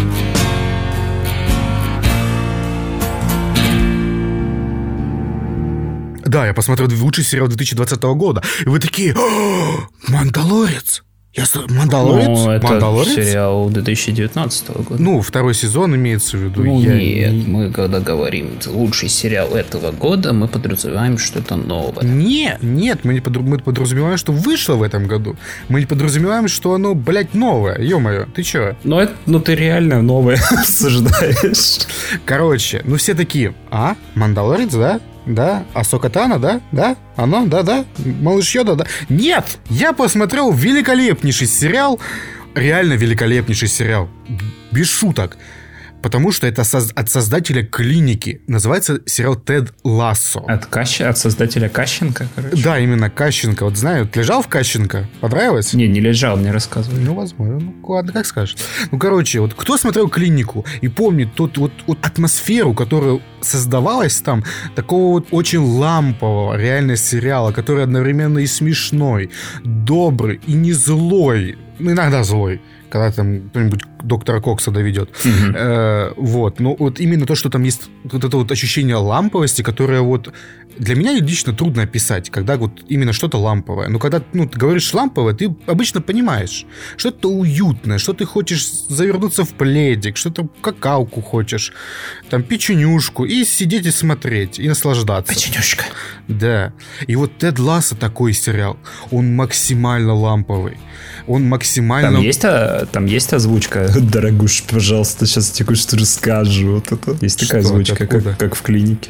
Да, я посмотрел лучший сериал 2020 года. И вы такие: «Мандалорец». Мандалорец? Это Мандалорец? сериал 2019 года. Второй сезон имеется в виду. Нет, мы когда говорим лучший сериал этого года, мы подразумеваем, что это новое. Нет, мы подразумеваем, что вышло в этом году. Мы не подразумеваем, что оно, новое. Ё-моё, ты чё? Ты реально новое обсуждаешь. Короче, все такие: Мандалорец, да? Да, Ахсока Тано, да? Да? Оно, да? Малыш Йода, да? Нет! Я посмотрел великолепнейший сериал. Реально великолепнейший сериал. Без шуток. Потому что это от создателя «Клиники». Называется сериал «Тед Лассо». От создателя Кащенко, короче? Да, именно Кащенко. Вот знаю, лежал в Кащенко? Понравилось? Не лежал, мне рассказывали. Возможно. Ладно, как скажешь. Короче, вот кто смотрел «Клинику» и помнит тот атмосферу, которая создавалась там, такого очень лампового реально сериала, который одновременно и смешной, добрый и не злой. Иногда злой, когда там кто-нибудь доктора Кокса доведет. Именно то, что там есть вот это вот ощущение ламповости, которое для меня лично трудно описать, когда именно что-то ламповое. Но когда ты говоришь ламповое, ты обычно понимаешь, что это уютное, что ты хочешь завернуться в пледик, что-то какаоку хочешь, там печенюшку, и сидеть и смотреть, и наслаждаться. Печенюшка. Да. И Тед Лассо такой сериал. Он максимально ламповый. Он максимально... Там есть озвучка? Дорогуш, пожалуйста, сейчас тебе кое-что расскажу. Вот это. Есть такая озвучка, как в «Клинике».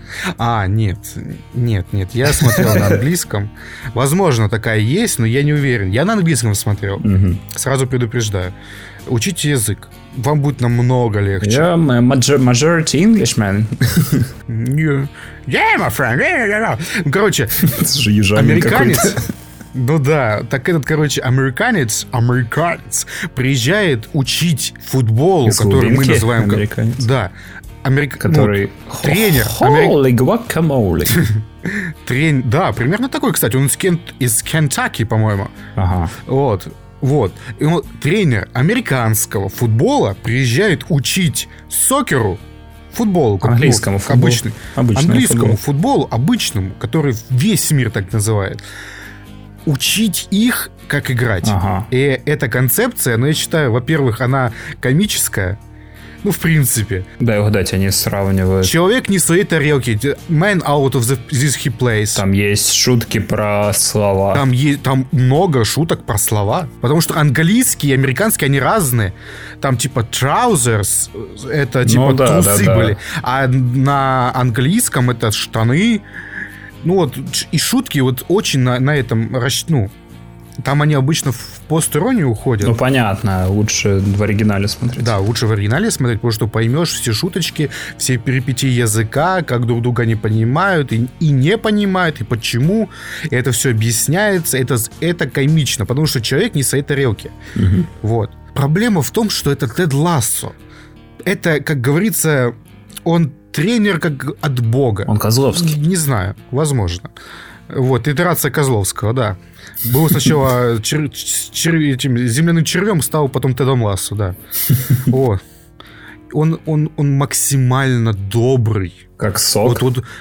Нет. Я смотрел на английском. Возможно, такая есть, но я не уверен. Я на английском смотрел. Сразу предупреждаю. Учите язык. Вам будет намного легче. Majority Englishman. Yeah, my friend. Короче, американец. Так американец приезжает учить футболу, который мы называем... Американец. Да. Который... Тренер. Holy guacamole. Да, примерно такой, кстати. Он из Кентаки, по-моему. Ага. Вот. И тренер американского футбола приезжает учить сокеру, футболу. Английскому футболу. Английскому футболу, обычному, который весь мир так называет. Учить их, как играть. Ага. И эта концепция, я считаю, во-первых, она комическая. В принципе. Да, угадать, они сравнивают. Человек не в своей тарелке. Man out of this he plays. Там есть шутки про слова. Там много шуток про слова. Потому что английский и американский, они разные. Там типа trousers, это типа трусы были. А на английском это штаны. И шутки очень на этом там они обычно в пост-иронию уходят. Понятно, лучше в оригинале смотреть. Да, лучше в оригинале смотреть, потому что поймешь все шуточки, все перипетии языка, как друг друга не понимают и не понимают, и почему. И это все объясняется. Это комично, потому что человек не в своей тарелке. Угу. Проблема в том, что это Тед Лассо. Это, как говорится, он тренер как от бога. Он Козловский. Не знаю, возможно. Итерация Козловского, да. Был сначала земляным червем, стал потом Тедом Лассо, да. Он максимально добрый. Как сок.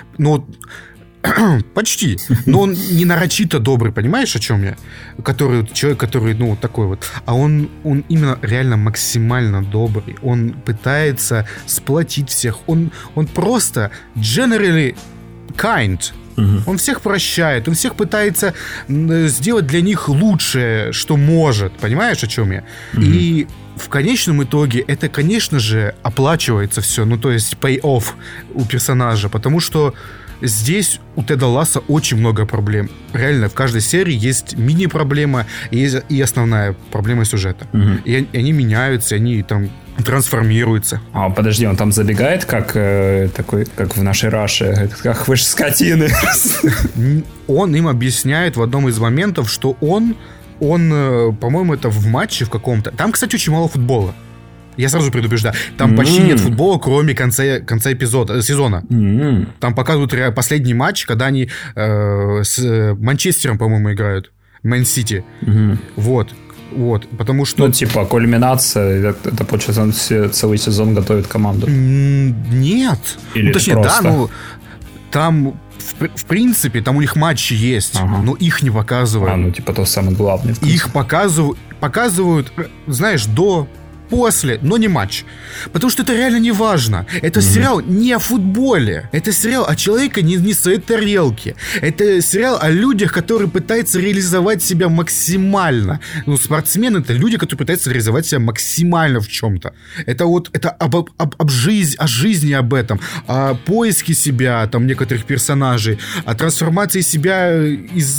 Почти. Но он не нарочито добрый, понимаешь, о чем я? Человек, который, такой А он именно реально максимально добрый. Он пытается сплотить всех. Он просто generally kind. Угу. Он всех прощает, он всех пытается сделать для них лучшее, что может. Понимаешь, о чем я? Угу. И в конечном итоге это, конечно же, оплачивается все. То есть pay-off у персонажа. Потому что здесь у Теда Лассо очень много проблем. Реально, в каждой серии есть мини-проблема и основная проблема сюжета. И они меняются, они там трансформируется. Подожди, он там забегает, как такой, как в нашей Раше, говорит, как вы ж скотины. Он им объясняет в одном из моментов, что он, по-моему, это в матче в каком-то. Там, кстати, очень мало футбола. Я сразу предупреждаю. Там почти нет футбола, кроме конца сезона. Там показывают последний матч, когда они с Манчестером, по-моему, играют. Мэн-Сити. Вот, потому что... Ну, типа, кульминация, это получается, он целый сезон готовит команду. Нет. Или точнее, просто? да, там, в принципе, там у них матчи есть, но их не показывают. Типа, то самое главное. Их показывают, знаешь, после, но не матч. Потому что это реально не важно. Это сериал не о футболе. Это сериал о человеке не своей тарелке. Это сериал о людях, которые пытаются реализовать себя максимально. Ну, спортсмены — это люди, которые пытаются реализовать себя максимально в чем-то. Это о жизни об этом. О поиске себя, там, некоторых персонажей. О трансформации себя из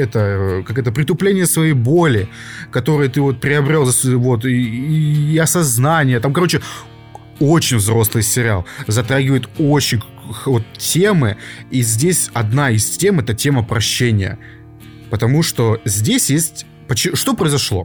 притупления своей боли, которую ты вот приобрел, вот, и осознание. Там, короче, очень взрослый сериал. Затрагивает очень темы. И здесь одна из тем — это тема прощения. Потому что здесь есть... Что произошло?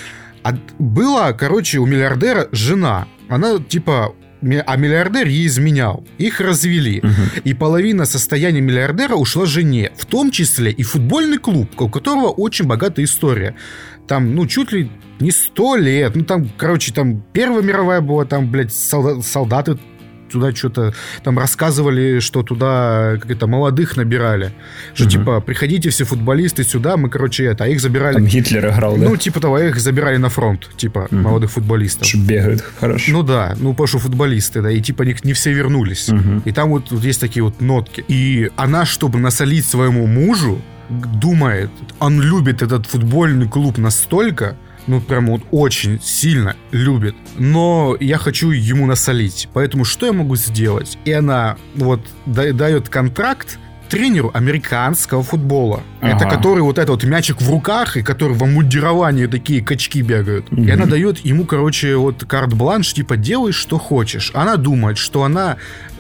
Была, короче, у миллиардера жена. Она, типа... А миллиардер ей изменял. Их развели. И половина состояния миллиардера ушла жене. В том числе и футбольный клуб, у которого очень богатая история. Там, чуть ли не 100 лет. Там, короче, там Первая мировая была, там, блядь, солдаты туда что-то там рассказывали, что туда как-то молодых набирали. Что, типа, приходите все футболисты сюда, мы, короче, а их забирали... Там Гитлер играл, да? Типа того, их забирали на фронт, типа, молодых футболистов. Что бегают, хорошо. Потому что футболисты, да, и, типа, не все вернулись. И там вот есть такие вот нотки. И она, чтобы насолить своему мужу, думает, он любит этот футбольный клуб настолько, прям вот очень сильно любит, но я хочу ему насолить, поэтому что я могу сделать? И она вот дает контракт тренеру американского футбола. Это который вот этот вот мячик в руках, и который в обмундировании такие качки бегают. И она дает ему, короче, вот карт-бланш, типа, делай, что хочешь. Она думает, что она,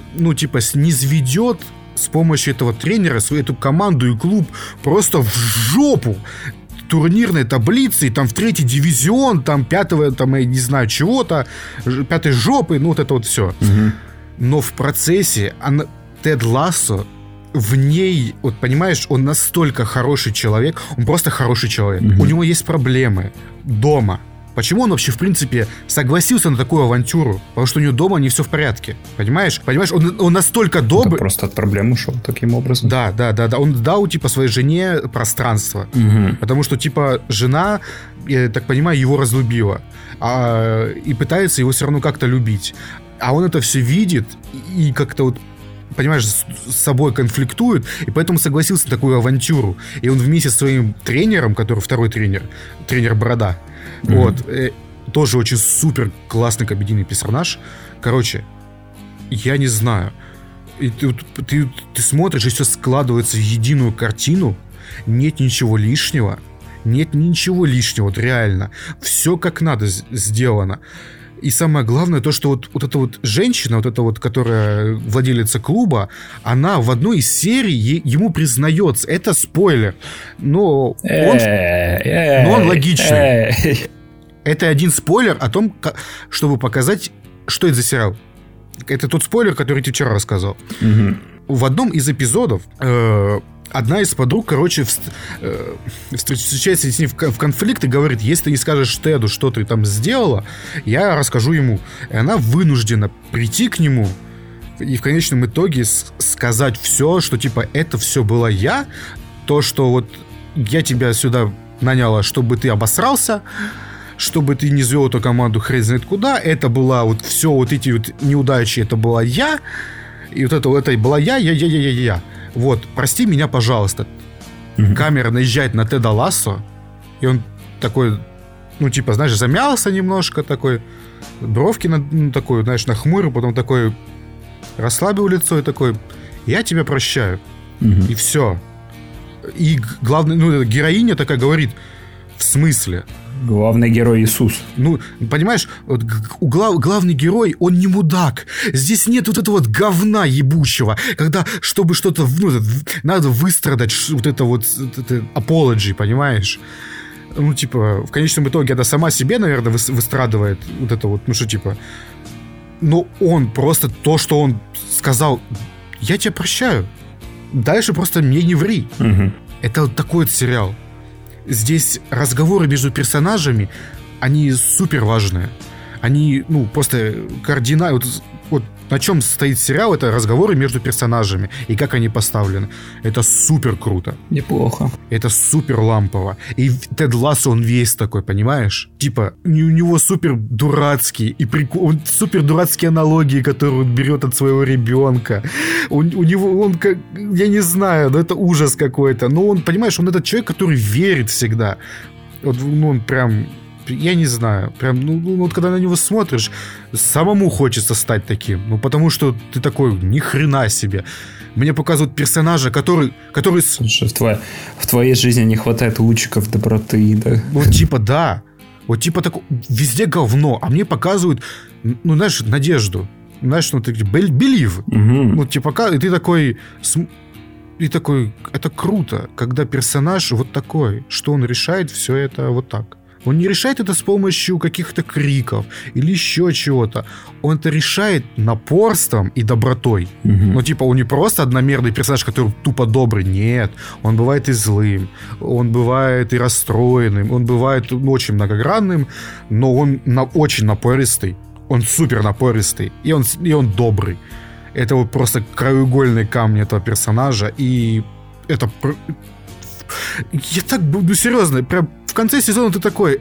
низведет с помощью этого тренера свою эту команду и клуб просто в жопу турнирной таблицы, там в 3-й дивизион, там 5-го, там, я не знаю, чего-то, 5-й жопы, вот это вот все. Но в процессе Тед Лассо в ней, вот понимаешь, он настолько хороший человек, он просто хороший человек. У него есть проблемы дома. Почему он вообще, в принципе, согласился на такую авантюру? Потому что у него дома не все в порядке. Понимаешь? Он настолько добрый... Это просто от проблем ушел таким образом. Да. Он дал, типа, своей жене пространство. Потому что, типа, жена, я так понимаю, его разлюбила. И пытается его все равно как-то любить. А он это все видит и как-то вот, понимаешь, с собой конфликтует, и поэтому согласился на такую авантюру. И он вместе с своим тренером, который второй тренер Борода, тоже очень супер классный комедийный персонаж. Короче, я не знаю. И ты смотришь, и все складывается в единую картину. Нет ничего лишнего. Вот реально. Все как надо сделано. И самое главное, то, что вот эта вот женщина, вот эта вот, которая владелица клуба, она в одной из серий ему признается. Это спойлер. Но он логичный. Это один спойлер о том, чтобы показать, что это за сериал. Это тот спойлер, который я тебе вчера рассказал. В одном из эпизодов одна из подруг, короче, встречается с ним в конфликт и говорит: если ты не скажешь Теду, что ты там сделала, я расскажу ему. И она вынуждена прийти к нему и в конечном итоге сказать все, что типа это все была я, то, что вот я тебя сюда наняла, чтобы ты обосрался, чтобы ты не звел эту команду хрен знает куда, это была вот все вот эти вот неудачи, это была я, и вот это была я. Вот, прости меня, пожалуйста. Камера наезжает на Теда Лассо, и он такой, знаешь, замялся немножко, такой, бровки такой, знаешь, нахмурил, потом такой расслабил лицо и такой: я тебя прощаю. И все. И главное, героиня такая говорит, в смысле? Главный герой Иисус. Ну, понимаешь, вот главный герой, он не мудак. Здесь нет вот этого вот говна ебучего, когда, чтобы что-то, надо выстрадать вот это apology, понимаешь? Ну, типа, в конечном итоге она сама себе, наверное, выстрадывает вот это вот, но он просто то, что он сказал, я тебя прощаю. Дальше просто мне не ври. Это вот такой вот сериал. Здесь разговоры между персонажами, они супер важные. Они, просто кардинально... Вот на чем стоит сериал, это разговоры между персонажами и как они поставлены. Это супер круто. Неплохо. Это супер лампово. И Тед Лассо, он весь такой, понимаешь? Типа, у него супер дурацкие и супер дурацкие аналогии, которые он берет от своего ребенка. У него, он как, я не знаю, но это ужас какой-то. Но он, понимаешь, он этот человек, который верит всегда. Вот, он прям... Я не знаю, прям, вот когда на него смотришь, самому хочется стать таким. Потому что ты такой, ни хрена себе. Мне показывают персонажа, который... Слушай, в твоей жизни не хватает лучиков доброты, да? Вот типа, да. Вот типа так, везде говно. А мне показывают, знаешь, надежду. Знаешь, believe. Вот типа, и ты такой... И такой, это круто, когда персонаж вот такой, что он решает все это вот так. Он не решает это с помощью каких-то криков или еще чего-то. Он это решает напорством и добротой. Ну, типа, он не просто одномерный персонаж, который тупо добрый. Нет. Он бывает и злым. Он бывает и расстроенным. Он бывает очень многогранным. Но он очень напористый. Он супер напористый. И он добрый. Это вот просто краеугольные камни этого персонажа. И это... Я так, серьезно, прям в конце сезона ты такой,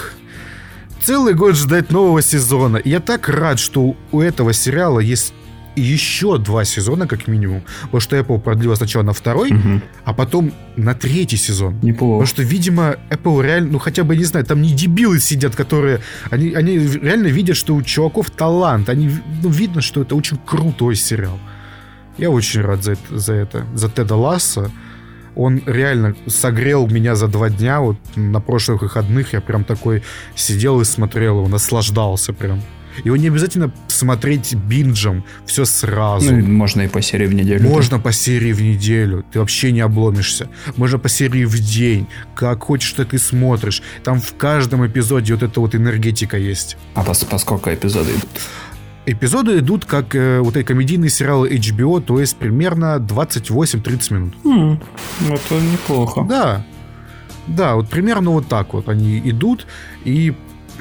целый год ждать нового сезона. И я так рад, что у этого сериала есть еще 2 сезона, как минимум. Потому что Apple продлила сначала на 2, а потом на 3 сезон. Неплохо. Потому что, видимо, Apple реально, хотя бы, не знаю, там не дебилы сидят, которые... Они реально видят, что у чуваков талант. Они, видно, что это очень крутой сериал. Я очень рад за это. За Теда Лассо. Он реально согрел меня за 2 дня. Вот на прошлых выходных я прям такой сидел и смотрел его, наслаждался прям. Его не обязательно смотреть бинджем все сразу. Можно и по серии в неделю. Можно по серии в неделю. Ты вообще не обломишься. Можно по серии в день. Как хочешь, так и смотришь. Там в каждом эпизоде вот эта вот энергетика есть. А по сколько эпизоды идут? Эпизоды идут как вот эти комедийные сериалы HBO, то есть примерно 28-30 минут. Это неплохо. Да, вот примерно вот так вот они идут, и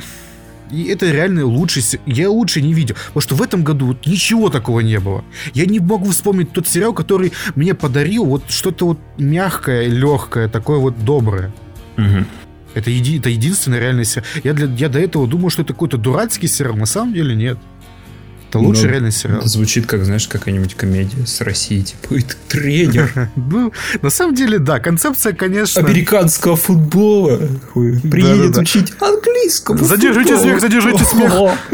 это реально лучший... Я лучше не видел, потому что в этом году вот ничего такого не было. Я не могу вспомнить тот сериал, который мне подарил вот что-то вот мягкое, легкое, такое вот доброе. Это единственный реальный сериал. Я до этого думал, что это какой-то дурацкий сериал, на самом деле нет. Это лучший реальный сериал. Это звучит как, знаешь, какая-нибудь комедия с России, типа, это тренер. Ну, на самом деле, да, концепция, конечно... Американского футбола. Приедет учить английскому футболу. Задержите смех.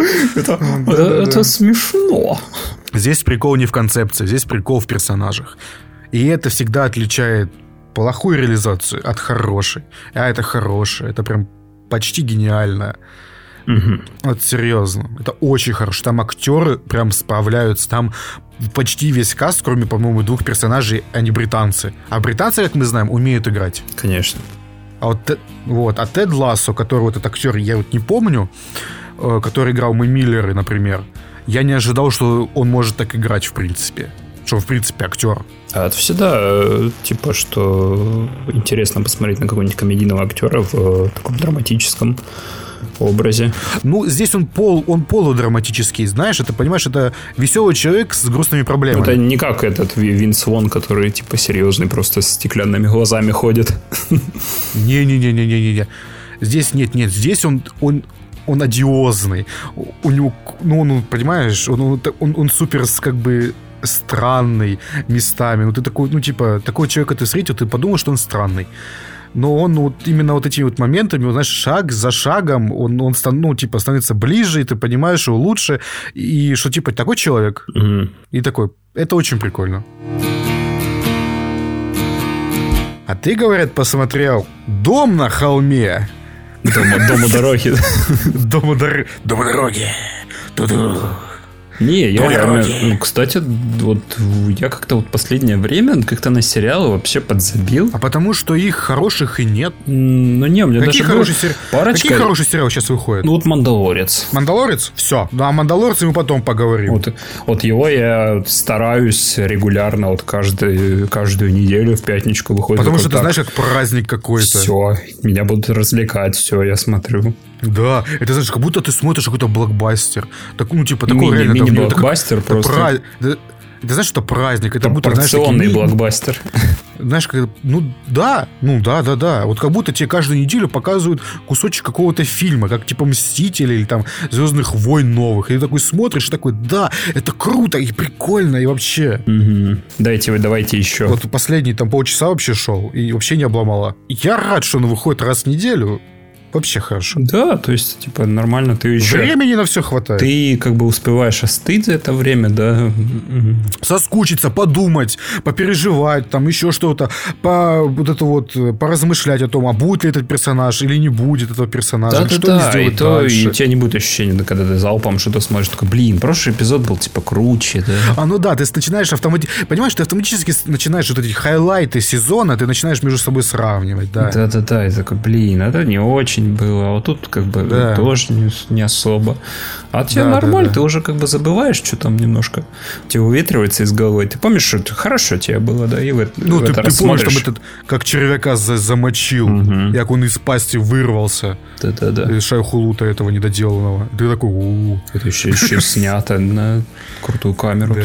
Это смешно. Здесь прикол не в концепции, здесь прикол в персонажах. И это всегда отличает плохую реализацию от хорошей. А это хорошее, это прям почти гениальное. Вот серьезно, это очень хорошо. Там актеры прям справляются. Там почти весь каст, кроме, по-моему, 2 персонажей, они британцы. А британцы, как мы знаем, умеют играть. Конечно. А Тед Лассо, который вот этот актер, я вот не помню, который играл «Мы Миллеры», например, я не ожидал, что он может так играть, в принципе. Что, в принципе, актер. А это всегда, типа, что интересно посмотреть на какого-нибудь комедийного актера в таком драматическом образе. Ну, здесь он полудраматический, знаешь, это, понимаешь, это веселый человек с грустными проблемами. Это не как этот Винс Вон, который, типа, серьезный, просто с стеклянными глазами ходит. Не-не-не-не-не-не. Здесь нет, здесь он одиозный. У него, он, понимаешь, он супер, как бы, странный местами. Ну, ты такой, типа, такой человека ты встретил, ты подумал, что он странный. но он вот именно вот этими вот моментами, знаешь, шаг за шагом, он становится ближе, и ты понимаешь его лучше, и что, типа, такой человек, и такой, это очень прикольно. А ты, говорят, посмотрел «Дом на холме». Дом у дороги. Дом у дороги. Не, я реально... Кстати, вот я как-то вот последнее время как-то на сериалы вообще подзабил. А потому что их хороших и нет. Ну не, у меня Какие даже парочка... Какие хорошие сериалы сейчас выходят? Ну вот «Мандалорец». «Мандалорец»? Все. Ну, о «Мандалорце» мы потом поговорим. Вот его я стараюсь регулярно, вот каждую неделю в пятничку выходит. Потому что ты знаешь, как праздник какой-то. Все, меня будут развлекать, все, я смотрю. Да, это, знаешь, как будто ты смотришь какой-то блокбастер. Так, ну, типа, такой реально... Мини-блокбастер просто. Это, знаешь, это праздник. Это будто, знаешь, порционный блокбастер. Знаешь, да. Вот как будто тебе каждую неделю показывают кусочек какого-то фильма, как типа «Мстители» или там «Звездных войн» новых. И ты такой смотришь, и такой, да, это круто и прикольно, и вообще. Угу. Давайте еще. Вот последний там полчаса вообще шел, и вообще не обломало. Я рад, что он выходит раз в неделю. Вообще хорошо. Да, то есть, типа, нормально ты еще... Времени на все хватает. Ты как бы успеваешь остыть за это время, да? Соскучиться, подумать, попереживать, там еще что-то, поразмышлять о том, а будет ли этот персонаж или не будет этого персонажа, что сделать дальше. И у тебя не будет ощущения, когда ты залпом что-то смотришь, такой, прошлый эпизод был, типа, круче, да? Ну да, ты начинаешь понимаешь, ты автоматически начинаешь вот эти хайлайты сезона, ты начинаешь между собой сравнивать, да. Да, и такой, это не очень было, а вот тут как бы тоже не особо. А тебе нормально, ты уже как бы забываешь, что там немножко тебе уветривается из головы. Ты помнишь, что хорошо тебе было, да? И ты помнишь, там этот, как червяка замочил, как он из пасти вырвался. Да. Шайхулута этого недоделанного. Ты такой, это еще снято на крутую камеру.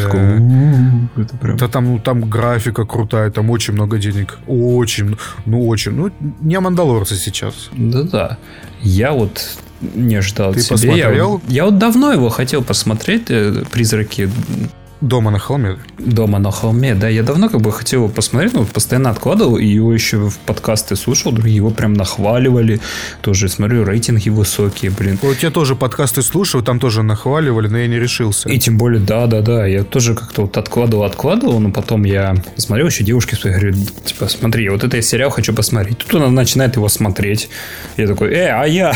Да там графика крутая, там очень много денег. Очень. Не о «Мандалорце» сейчас. Да. Я вот не ждал Ты тебя. Посмотрел? Я вот давно его хотел посмотреть, «Призраки Дома на холме. Дома на холме, да. Я давно как бы хотел его посмотреть, но постоянно откладывал, и его еще в подкасты слушал, другие его прям нахваливали. Тоже смотрю, рейтинги высокие, блин. Вот я тоже подкасты слушал, там тоже нахваливали, но я не решился. И тем более, да. Я тоже как-то вот откладывал, но потом я посмотрел, еще девушки говорю, типа, смотри, вот это сериал хочу посмотреть. Тут она начинает его смотреть. Я такой, а я?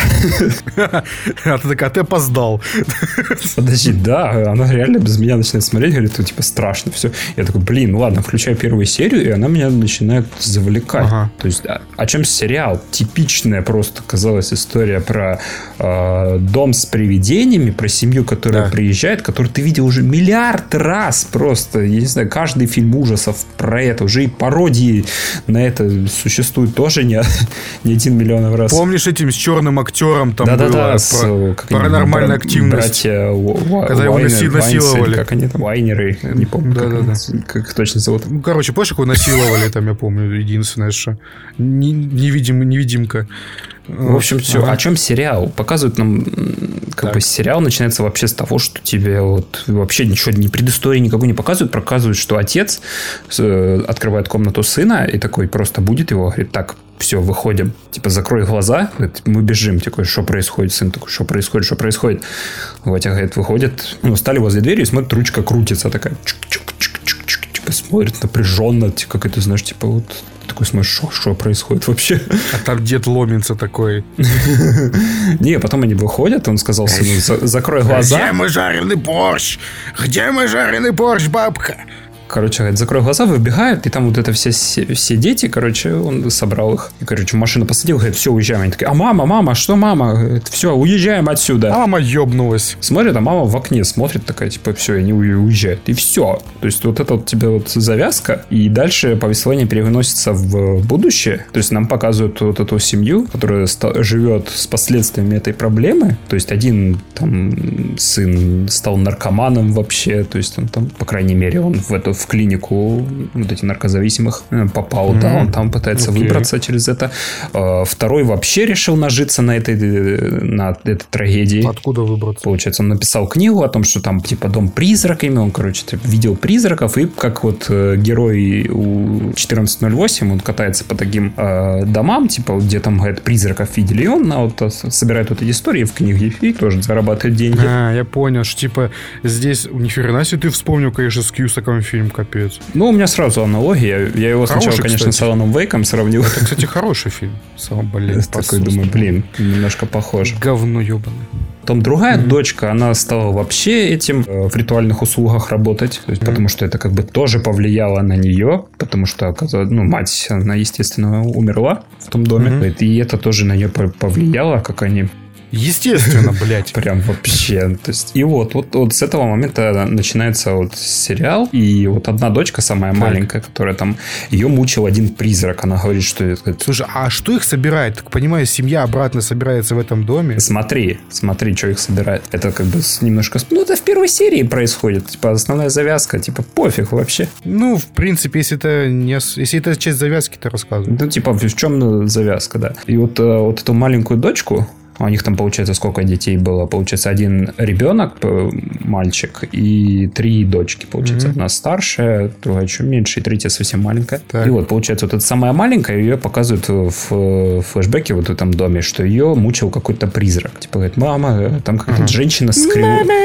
А ты такой, а ты опоздал. Подожди, да, она реально без меня начинает смотреть, говорит, типа, страшно все. Я такой, ладно, включаю первую серию, и она меня начинает завлекать. То есть, о чем сериал? Типичная просто, казалось, история про дом с привидениями, про семью, которая приезжает, которую ты видел уже миллиард раз просто. Я не знаю, каждый фильм ужасов про это. Уже и пародии на это существуют тоже не 1 миллион раз. Помнишь, этим с черным актером там было паранормальная активность? Братья когда его насиловали. Как они там, Вайнеры, не помню, как их точно зовут. Помнишь, как его насиловали там, я помню, единственное, что невидимка. В общем, все. О чем сериал? Показывают нам, как бы сериал начинается вообще с того, что тебе вот вообще ничего, ни предыстории никакой не показывают. Показывают, что отец открывает комнату сына и такой просто будет его, говорит, так, все, выходим. Типа, закрой глаза, говорит, мы бежим. Такой, что происходит? Сын такой, что происходит? Вот, говорит, выходит, стали возле двери и смотрят, ручка крутится такая. Типа, смотрит напряженно, как это, знаешь, типа, вот такой смотришь, что происходит вообще? А там дед ломится такой. Не, потом они выходят, он сказал сыну, закрой глаза. Где мой жареный борщ? Где мой жареный борщ, бабка? Короче, говорит, закрой глаза, выбегают, и там вот это все дети, короче, он собрал их. И, короче, в машину посадил, говорит, все, уезжаем. Они такие, а мама, что мама? Говорит, все, уезжаем отсюда. А мама ебнулась. Смотрит, а мама в окне смотрит, такая, типа, все, они уезжают. И все. То есть, вот это вот тебе вот завязка, и дальше повествование переносится в будущее. То есть, нам показывают вот эту семью, которая живет с последствиями этой проблемы. То есть, один там сын стал наркоманом вообще, то есть, он там, по крайней мере, он в в клинику вот этих наркозависимых попал, да, он там пытается выбраться через это. Второй вообще решил нажиться на этой трагедии. Откуда выбраться? Получается, он написал книгу о том, что там типа дом призраками, он, короче, видел призраков, и как вот герой у 1408, он катается по таким домам, типа, где там, говорят, призраков видели, и он вот собирает вот эти истории в книге и тоже зарабатывает деньги. Я понял, что типа здесь, нихрена себе ты вспомнил, конечно, с Кьюсаком фильм, капец. Ну, у меня сразу аналогия, я его хороший, сначала, конечно, кстати, с Аланом Вейком сравнил. Это, кстати, хороший фильм. Такой, думаю, блин, немножко похож. Говно ебаное. Потом другая дочка, она стала вообще этим в ритуальных услугах работать, то есть, потому что это как бы тоже повлияло на нее, потому что, мать, она, естественно, умерла в том доме, и это тоже на нее повлияло, как они... Естественно, блядь. Прям вообще. То есть, и вот с этого момента начинается вот сериал. И вот одна дочка, самая маленькая, которая там... Ее мучил один призрак. Она говорит, что... Слушай, а что их собирает? Так понимаю, семья обратно собирается в этом доме? Смотри, что их собирает. Это как бы немножко... Ну, это в первой серии происходит. Типа, основная завязка. Типа, пофиг вообще. Ну, в принципе, если это часть завязки, то рассказывай. Ну, типа, в чем завязка, да. И вот эту маленькую дочку... У них там, получается, сколько детей было? Получается, один ребенок, мальчик, и 3 дочки. Получается, одна старшая, другая чуть меньше, и третья совсем маленькая. Так. И вот, получается, вот эта самая маленькая, ее показывают в флешбеке вот в этом доме, что ее мучил какой-то призрак. Типа, говорит, мама, там какая-то женщина с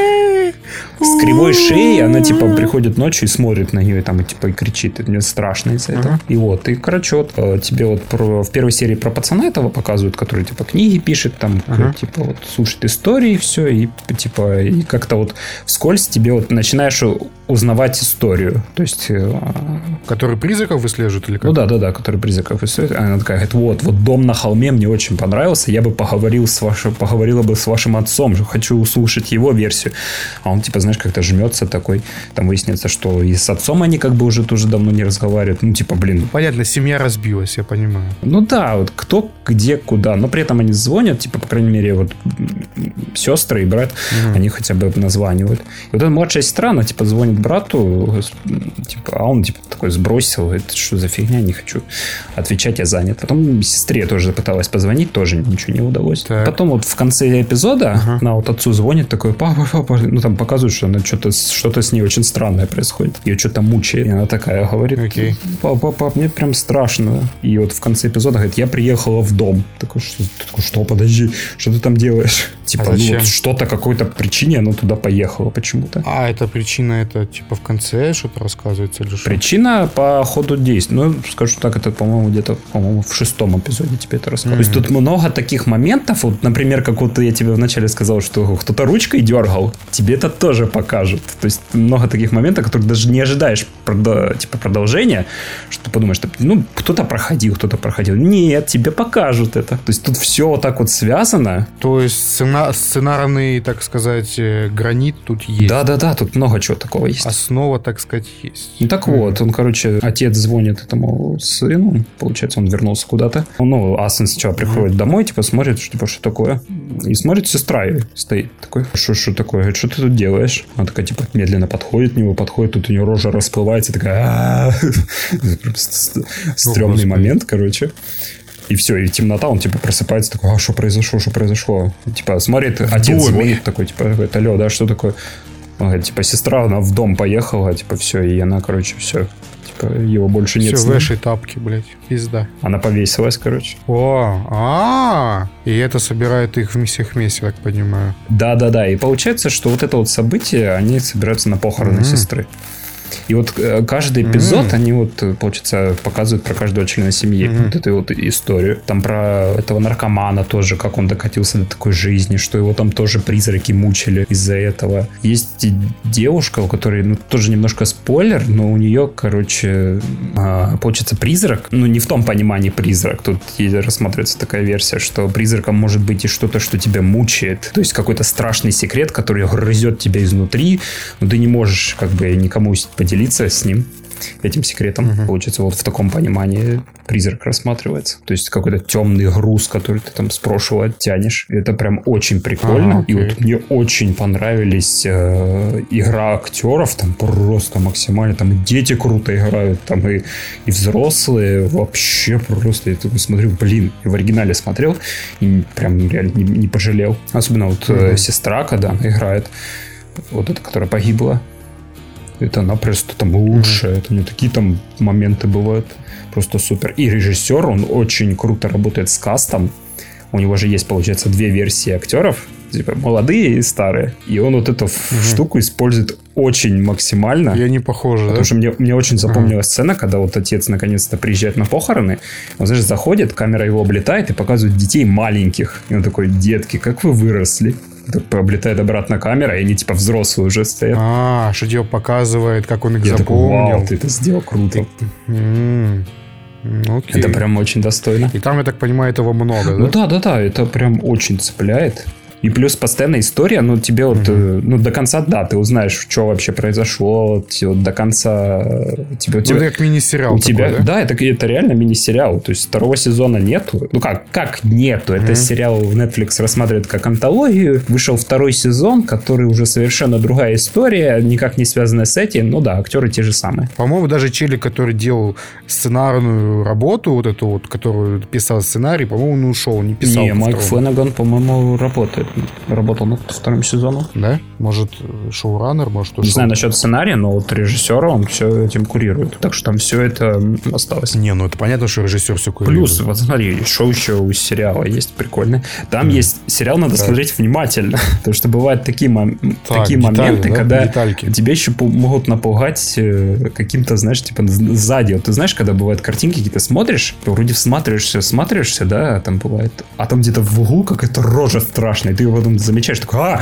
кривой шеей, она, типа, приходит ночью и смотрит на нее, и там, типа, и кричит. Мне страшно из-за этого. И вот, и, короче, вот тебе вот в первой серии про пацана этого показывают, который, типа, книги пишет, там, типа, вот, слушает истории, и все, и, типа, и как-то вот вскользь тебе вот начинаешь узнавать историю. То есть... Который призраков выслеживает или как? Ну, да, который призраков выслеживает. Она такая говорит, вот дом на холме мне очень понравился, я бы поговорила бы с вашим отцом, хочу услышать его версию. А он, типа, знаешь, как-то жмется такой, там выяснится, что и с отцом они как бы уже тоже давно не разговаривают. Ну, типа, блин. Понятно, семья разбилась, я понимаю. Ну, да, вот кто, где, куда. Но при этом они звонят, типа, по крайней мере, вот сестры и брат, они хотя бы названивают. И вот эта младшая сестра, она, типа, звонит брату, типа, а он, типа, такой сбросил, говорит, что за фигня, не хочу отвечать, я занят. Потом сестре тоже пыталась позвонить, тоже ничего не удалось. Так. Потом вот в конце эпизода она вот отцу звонит, такой, папа, ну, там показывают, что она что-то с ней очень странное происходит. Ее что-то мучает. И она такая говорит, папа, мне прям страшно. И вот в конце эпизода говорит, я приехала в дом. Такой, что, подожди, что ты там делаешь? Типа, вот что-то, какой-то причине она туда поехала почему-то. А эта причина, это типа в конце что-то рассказывается или что? Причина по ходу действий. Ну, скажу так, это, по-моему, где-то, в 6-м эпизоде тебе это рассказывают. То есть тут много таких моментов. Вот, например, как вот я тебе вначале сказал, что кто-то ручкой дергал, тебе это тоже покажут. То есть много таких моментов, которые даже не ожидаешь продолжения, что ты подумаешь, что, кто-то проходил. Нет, тебе покажут это. То есть тут все вот так вот связано. То есть сценарный, так сказать, гранит тут есть. Да, тут много чего такого есть. Основа, так сказать, есть. Ну, так вот, он, короче, отец звонит этому сыну, получается, он вернулся куда-то. А сын сначала приходит домой, типа, смотрит, что такое. И смотрит, сестра стоит. Такой, что такое? Говорит, что ты тут делаешь? Она такая, типа, медленно подходит к нему, тут у нее рожа расплывается, такая... Стрёмный момент, короче. И все, и темнота, он, типа, просыпается, такой, что произошло? Типа, смотрит, отец звонит, такой, типа, говорит, алло, да, что такое? Он говорит, типа, сестра, она в дом поехала, типа, все, и она, короче, все, типа, его больше нет. Все, вешай тапки, блядь, пизда. Она повесилась, короче. И это собирает их всех вместе, я так понимаю. Да, и получается, что вот это вот событие, они собираются на похороны сестры. И вот каждый эпизод, они вот, получается, показывают про каждого члена семьи вот эту вот историю. Там про этого наркомана тоже, как он докатился до такой жизни, что его там тоже призраки мучили из-за этого. Есть девушка, у которой, тоже немножко спойлер, но у нее, короче, получается призрак, не в том понимании призрак. Тут рассматривается такая версия, что призраком может быть и что-то, что тебя мучает. То есть какой-то страшный секрет, который грызет тебя изнутри, но ты не можешь как бы никому поделиться с ним. этим секретом. Получается, вот в таком понимании призрак рассматривается. То есть какой-то темный груз, который ты там с прошлого тянешь. Это прям очень прикольно. И вот мне очень понравились игра актеров. Там просто максимально. Там и дети круто играют. Там и взрослые. Вообще просто. Я такой смотрю, блин. В оригинале смотрел. И прям реально не пожалел. Особенно вот сестра, когда она играет. Вот эта, которая погибла. Это она просто там лучшая. Это не такие там моменты бывают. Просто супер. И режиссер, он очень круто работает с кастом. У него же есть, получается, 2 версии актеров. Типа молодые и старые. И он вот эту штуку использует очень максимально. И они похожи, потому что мне очень запомнилась сцена, когда вот отец наконец-то приезжает на похороны. Он, знаешь, заходит, камера его облетает и показывает детей маленьких. И он такой: детки, как вы выросли. Облетает обратно камера, и они типа взрослые уже стоят. Что тебе показывает, как он их я запомнил. Такой, вау, ты это сделал круто. Окей. Это прям очень достойно. И там, я так понимаю, этого много, да? Ну да, это прям очень цепляет. И плюс постоянная история, ну, тебе вот, ну, до конца, да, ты узнаешь, что вообще произошло, вот, до конца... Это как мини-сериал у такой, тебя, да? Да, это реально мини-сериал, то есть 2 сезона нету. Ну, как нету, это сериал Netflix рассматривает как антологию. Вышел 2 сезон, который уже совершенно другая история, никак не связанная с этим, ну да, актеры те же самые. По-моему, даже челик, который делал сценарную работу, вот эту вот, которую писал сценарий, по-моему, он ушел, не писал. Не, Майк Флэнаган, по-моему, работал над 2 сезоном. Да? Может, шоураннер, может, ушел. Не знаю насчет сценария, но вот режиссер, он все этим курирует. Так что там все это осталось. Не, ну это понятно, что режиссер все курирует. Плюс, вот смотри, шоу еще у сериала есть прикольно. Там есть сериал, надо смотреть внимательно. Потому что бывают такие моменты, когда тебе еще могут напугать каким-то, знаешь, типа сзади. Вот ты знаешь, когда бывают картинки, какие-то смотришь, вроде всматриваешься, да, там бывает. А там где-то в углу какая-то рожа страшная. Ты потом замечаешь, такой: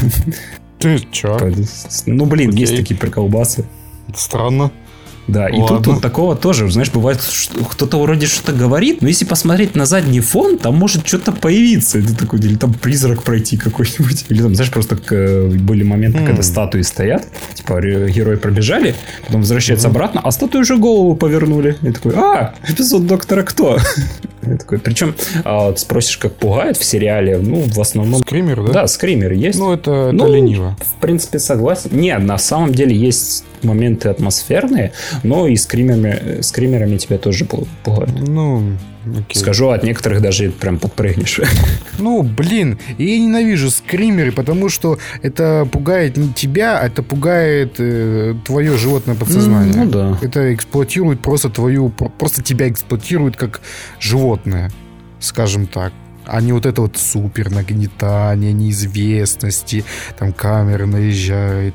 Ты чё? Ну, блин, есть такие приколбасы. Странно. Да, и тут вот такого тоже, знаешь, бывает, что кто-то вроде что-то говорит, но если посмотреть на задний фон, там может что-то появиться. И ты такой, или там призрак пройти какой-нибудь. Или там, знаешь, просто были моменты, когда статуи стоят, типа герои пробежали, потом возвращаются обратно, а статуи уже голову повернули. И такой: эпизод Доктора Кто? Я такой, причем, спросишь, как пугает в сериале, ну, в основном... Скример, да? Да, скример есть. Ну, это лениво. В принципе, согласен. Не, на самом деле есть моменты атмосферные, но и скримерами тебя тоже пугают. Ну, окей. Скажу, от некоторых даже прям подпрыгнешь. Ну, блин, я ненавижу скримеры, потому что это пугает не тебя, а это пугает твое животное подсознание. Ну да. Это эксплуатирует просто тебя эксплуатирует как животное, скажем так. А не вот это вот супер нагнетание, неизвестности. Там камера наезжает.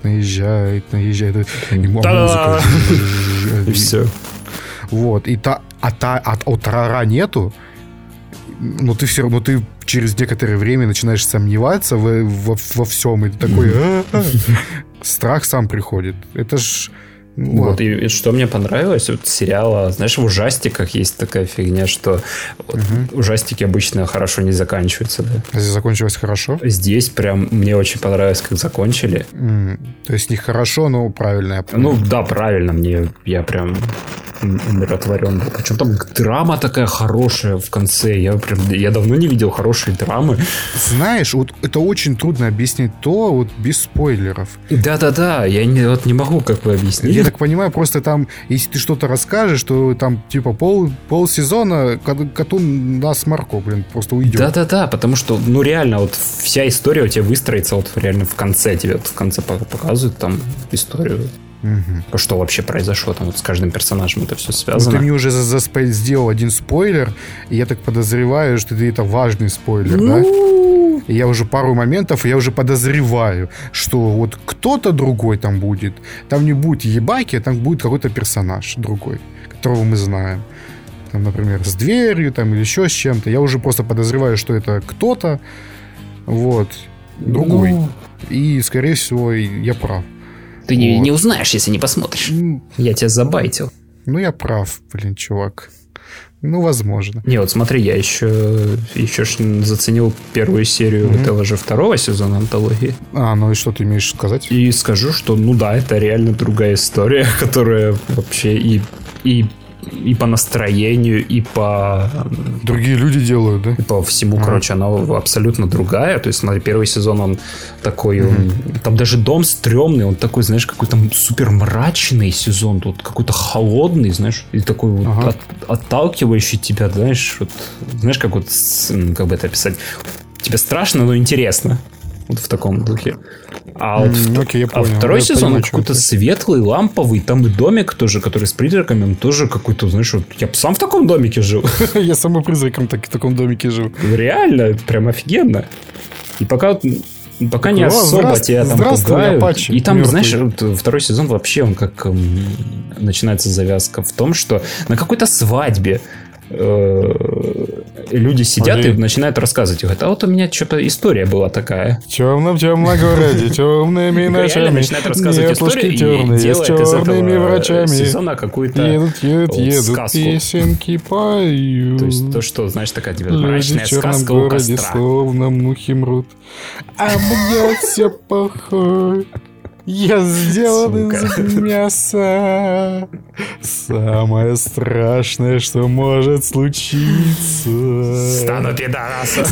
И музыка. И все. Вот. Трара нету. Но ты все равно через некоторое время начинаешь сомневаться во всем. И ты такой... Страх сам приходит. Это ж... Вот, и что мне понравилось, вот сериала, знаешь, в ужастиках есть такая фигня, что ужастики обычно хорошо не заканчиваются, да? Здесь закончилось хорошо? Здесь прям мне очень понравилось, как закончили. То есть не хорошо, но правильно. Ну да, правильно, я прям умиротворен был. Причем там драма такая хорошая в конце. Я давно не видел хорошей драмы. Знаешь, вот это очень трудно объяснить вот без спойлеров. Да, я не могу, как вы объяснили. Я так понимаю, просто там, если ты что-то расскажешь, то там типа полсезона коту на сморку, просто уйдет. Да, потому что, ну реально, вот вся история у тебя выстроится вот реально в конце. Тебе вот в конце показывают там историю. Что вообще произошло там вот с каждым персонажем, это все связано. Ну, ты мне уже сделал один спойлер, и я так подозреваю, что это важный спойлер, да? И я уже пару моментов, я уже подозреваю, что вот кто-то другой там будет. Там не будет Ебаки, а там будет какой-то персонаж другой, которого мы знаем. Там, например, с дверью там, или еще с чем-то. Я уже просто подозреваю, что это кто-то вот, другой. И, скорее всего, я прав. Ты не узнаешь, если не посмотришь. Я тебя забайтил. Ну, я прав, чувак. Ну, возможно. Не, вот смотри, я еще заценил первую серию этого же второго сезона антологии. Ну и что ты имеешь сказать? И скажу, что, ну да, это реально другая история, которая вообще и по настроению, и по... Другие люди делают, да? И по всему, короче, она абсолютно другая. То есть, смотри, первый сезон, он такой... Там даже дом стрёмный, он такой, знаешь, какой-то супер мрачный сезон. Тут какой-то холодный, знаешь, и такой вот отталкивающий тебя, знаешь, вот, знаешь, как вот, как бы это описать? Тебе страшно, но интересно. Вот в таком духе. А вот второй сезон он какой-то светлый, ламповый. Там и домик тоже, который с призраками, он тоже какой-то, знаешь, вот я сам в таком домике жил. Я сам и призраком в таком домике жил. Реально, прям офигенно. И пока не особо тебя там пугают. Апачи, и там, мертвый. знаешь, второй сезон вообще, он как начинается завязка в том, что на какой-то свадьбе люди сидят и начинают рассказывать. И говорят, а вот у меня что-то история была такая. В темном городе, темными ночами. Начинают рассказывать историю и делают из этого сезона какую-то едут, сказку. Песенки поют. То есть то, что, знаешь, такая Люди мрачная в черном сказка у городе костра. словно мухи мрут. А мне все похоже. Я сделан из мяса. Самое страшное, что может случиться. Стану пидорасом.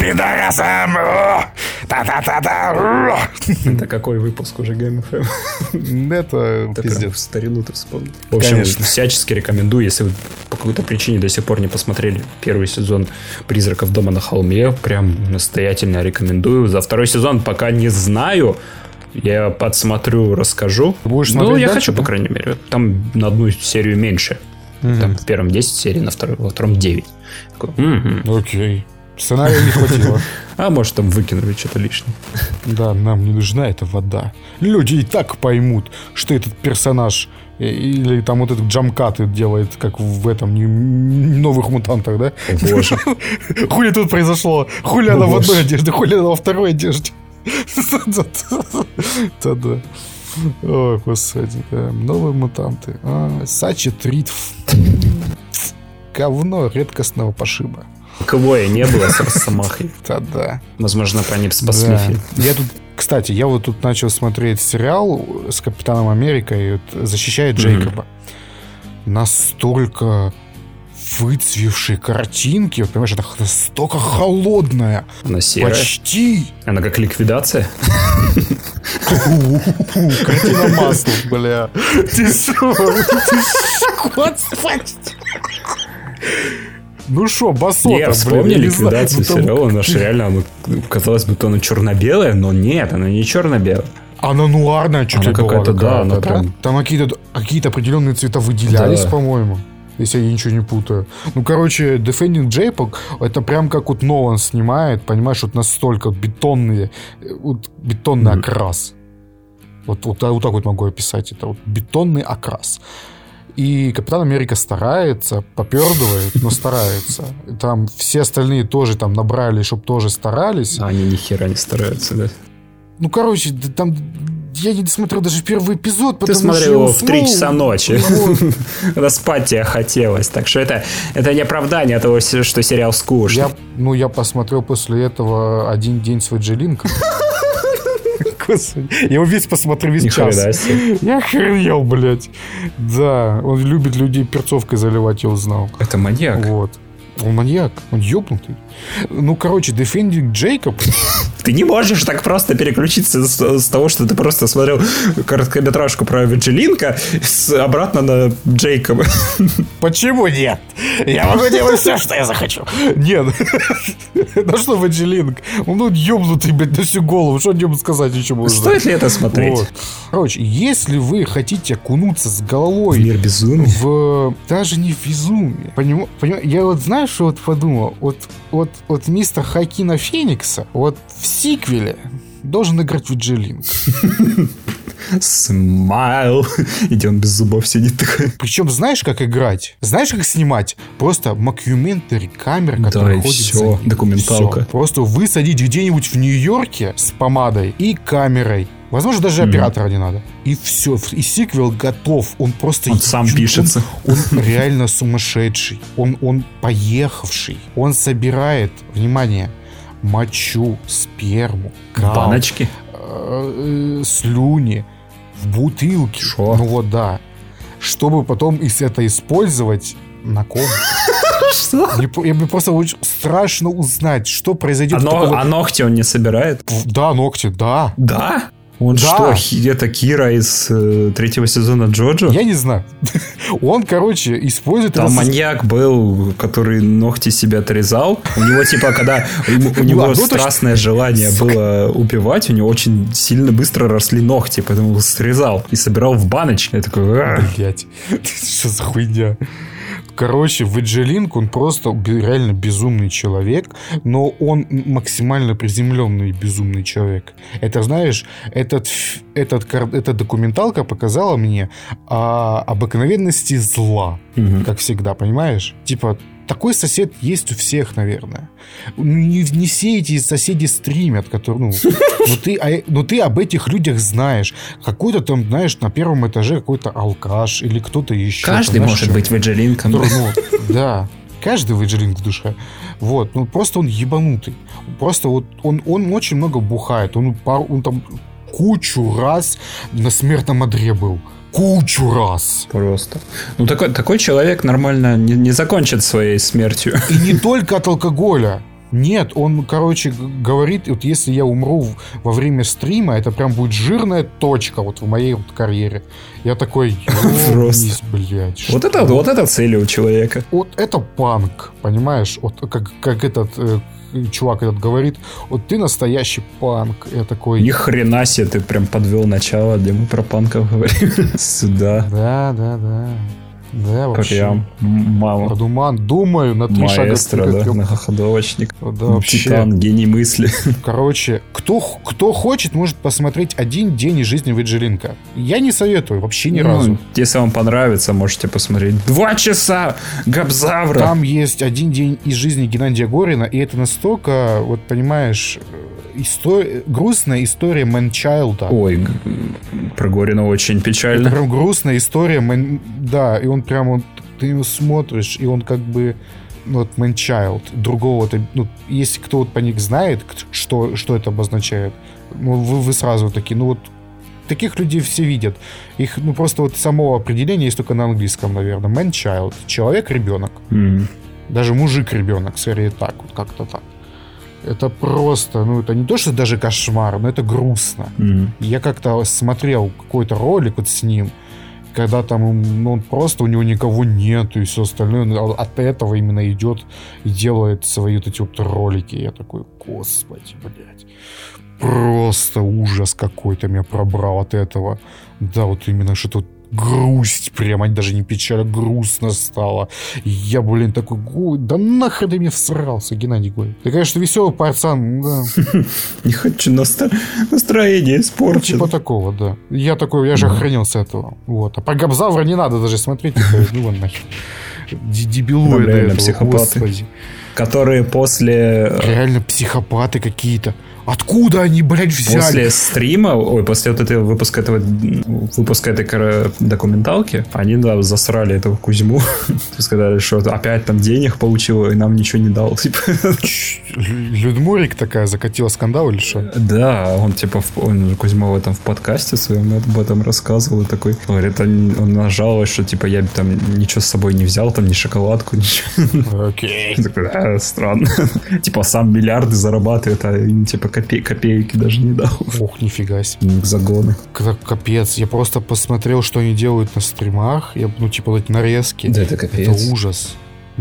Та-та-та-та. Это какой выпуск уже Game FM? Это Ты пиздец. прям в старину ты вспомнил. В общем, Конечно. всячески рекомендую, если вы по какой-то причине до сих пор не посмотрели первый сезон «Призраков дома на холме», прям настоятельно рекомендую. За второй сезон пока не знаю. Я подсмотрю, расскажу. Будешь ну, смотреть я дальше, хочу, по крайней мере. Там на одну серию меньше. Там в первом 10 серий, во втором 9. Окей. Сценария не хватило. А может, там выкинули что-то лишнее. Да, нам не нужна эта вода. Люди и так поймут, что этот персонаж или там вот этот Джамкат делает, как в этом новых мутантах, да? О, боже. Хули тут произошло? Хули она в одной одежде, хули она во второй одежде. Да-да. О, господи. Новые мутанты. Сачи Тритф. Говно редкостного пошиба. Квоя не было с Росомахой. Да-да. Возможно, они бы спасли фильм. Кстати, я вот тут начал смотреть сериал с Капитаном Америкой, защищает Джейкоба. Настолько выцвевшие картинки, вот, понимаешь, это настолько холодная. Она серая. Почти. Она как ликвидация. Картина маслом, бля. Ты что? Господи. Ну шо, басота, Я вспомнил ликвидацию сериала. Она же реально, казалось бы, то она черно-белая, но нет, она не черно-белая. Она нуарная чуть ли была. Какая-то, да, она прям... Там какие-то определенные цвета выделялись, по-моему. Если я ничего не путаю. Ну, короче, Defending Jacob, это прям как вот Нолан снимает, понимаешь, вот настолько бетонный окрас. Вот так вот могу описать это. Вот бетонный окрас. И Капитан Америка старается, попердывает, но старается. Там все остальные тоже там набрали, чтобы тоже старались. А они ни хера не стараются, да? Ну, короче, там... Я не досмотрел даже первый эпизод, потому что... Ты смотрел его в 3 часа ночи. Когда спать тебе хотелось. Так что это не оправдание того, что сериал скучный. Я посмотрел после этого «Один день с Вэджелинком». Господи. Я его весь посмотрел, весь час. Я охренел, блядь. Да, он любит людей перцовкой заливать, я узнал. Это маньяк. Вот. Он маньяк, он ёбнутый. Ну, короче, Defending Jacob... Ты не можешь так просто переключиться с того, что ты просто смотрел короткометражку про Вэджелинка обратно на Джейкоба. Почему нет? Я могу делать все, что я захочу. Нет. Ну что Вэджелинк? Он ёбнутый, блядь, на всю голову. Что о нем сказать еще можно? Стоит ли это смотреть? Вот. Короче, если вы хотите окунуться с головой... В мир безумия? Даже не в безумие. Понимаешь? Я вот, знаешь, что вот подумал? Вот мистер Хоакина Феникса вот в сиквеле должен играть Вэджелинк. Смайл. И он без зубов сидит такой. Причем знаешь, как играть? Знаешь, как снимать? Просто мокюментари камера, которая ходит все. за ним. Документалка. Все. Просто высадить где-нибудь в Нью-Йорке с помадой и камерой. Возможно, даже оператора не надо. И все. И сиквел готов. Он просто... Он сам пишется. Он реально сумасшедший. Он поехавший. Он собирает, внимание, мочу, сперму, кал, баночки, слюни в бутылке. Шо? Ну вот да. Чтобы потом это использовать на ком. Что? Мне просто очень страшно узнать, что произойдет. А ногти он не собирает? Да, ногти, да. Да? Он да. что, это Кира из 3-го сезона Джоджо? Я не знаю. Он, короче, использует... Там маньяк был, который ногти себе отрезал. У него, типа, когда у него страстное желание было убивать, у него очень сильно быстро росли ногти, поэтому он срезал и собирал в баночки. Я такой... Блять, что за хуйня? Короче, Виджилинг, он просто реально безумный человек, но он максимально приземленный безумный человек. Это, знаешь, эта документалка показала мне о обыкновенности зла, как всегда, понимаешь? Типа, такой сосед есть у всех, наверное. Не все эти соседи стримят, которые, но ты об этих людях знаешь. Какой-то там, знаешь, на первом этаже какой-то алкаш или кто-то еще. Каждый там, может быть виджилинком. Да, каждый виджилинг в душе. Вот, ну просто он ебанутый. Просто вот он очень много бухает. Он там кучу раз на смертном одре был. Кучу раз. Просто. Ну, такой человек нормально не закончит своей смертью. И не только от алкоголя. Нет, он, короче, говорит, вот если я умру во время стрима, это прям будет жирная точка вот в моей вот карьере. Я такой, просто, блядь. Вот это цели у человека. Вот это панк, понимаешь? Вот как этот... чувак этот говорит, вот ты настоящий панк. Я такой... Ни хрена себе, ты прям подвел начало, где мы про панков говорим. Сюда. Да, вообще. Прям мама. Продуман, думаю, на 3 шага. Маэстро, да, многоходовочник. Да, вообще. Титан, гений мысли. Короче, кто хочет, может посмотреть 1 день из жизни Виджилинка. Я не советую, вообще ни разу. Если вам понравится, можете посмотреть 2 часа Габзавра. Там есть 1 день из жизни Геннадия Горина, и это настолько, вот понимаешь, грустная история Мэнчайлда. Ой, про Горина очень печально. Это прям грустная история, да, и он прям, ты его смотришь, и он как бы, вот Мэнчайлд, другого, если кто вот по них знает, что это обозначает, вы сразу такие, таких людей все видят. Их, просто вот самого определения есть только на английском, наверное. Man-child. Человек-ребенок. Даже мужик-ребенок, скорее так, вот как-то так. Это просто, это не то, что даже кошмар, но это грустно. Я как-то смотрел какой-то ролик вот с ним, когда там он просто, у него никого нет, и все остальное, он от этого именно идет и делает свои вот эти вот ролики. Я такой, господи, блядь. Просто ужас какой-то меня пробрал от этого. Да, вот именно что-то грусть прям, даже не печаль, а грустно стало. И я, такой, да нахрен ты мне всрался, Геннадий Горин. Ты, конечно, веселый пацан, да. Не хочу настроение испорчено. Типа такого, да. Я же охренел с этого. Вот. А про Габзавра не надо даже смотреть. Вон нахер. Дебилоиды этого, психопаты. Господи. Которые после... Реально психопаты какие-то. Откуда они, блядь, взяли? После стрима, после вот этого выпуска этой документалки, они, да, засрали этого Кузьму. Сказали, что опять там денег получил и нам ничего не дал. Людмурик такая закатила скандал или что? Да, он Кузьма в этом в подкасте своем об этом рассказывал и такой, говорит, он нажаловался, что я там ничего с собой не взял, там ни шоколадку, ничего. Окей. Такой, странно. Сам миллиарды зарабатывает, а им копейки даже не дал. Ох, нифига себе. Загоны. Капец. Я просто посмотрел, что они делают на стримах. Эти нарезки. Да, это капец. Это ужас.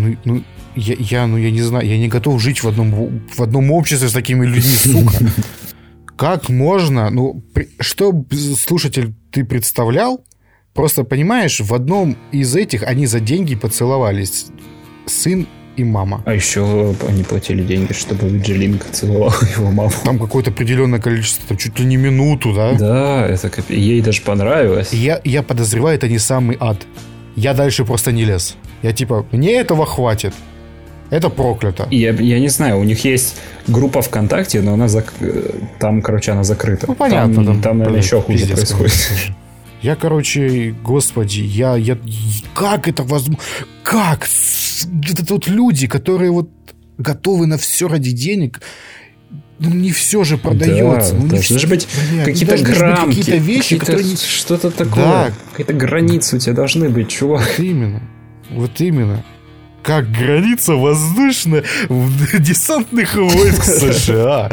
Я не знаю. Я не готов жить в одном обществе с такими людьми, сука. Как можно? Что, слушатель, ты представлял? Просто, понимаешь, в одном из этих они за деньги поцеловались. Сын и мама. А еще они платили деньги, чтобы Виджилинг целовал его маму. Там какое-то определенное количество, там чуть ли не минуту, да? Да, ей даже понравилось. Я подозреваю, это не самый ад. Я дальше просто не лез. Я мне этого хватит. Это проклято. Я не знаю, у них есть группа ВКонтакте, но она там, короче, она закрыта. Ну, понятно. Там наверное, еще хуже происходит. Я, короче, господи, я... Как это возможно? Как? Это вот люди, которые вот готовы на все ради денег... Ну, не все же продается. Да, ну, не должны же быть какие-то граммки, какие-то вещи, которые... Что-то такое. Да. Какие-то границы у тебя должны быть, чувак. Вот именно. Как граница воздушно-десантных войск США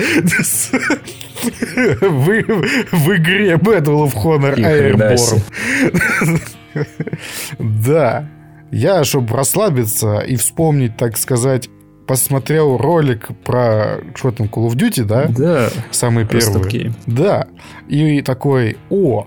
в игре Medal of Honor Airborne. Да. Я, чтобы расслабиться и вспомнить, так сказать, посмотрел ролик про что там, Call of Duty, да? Да. Самый первый. Да. И такой,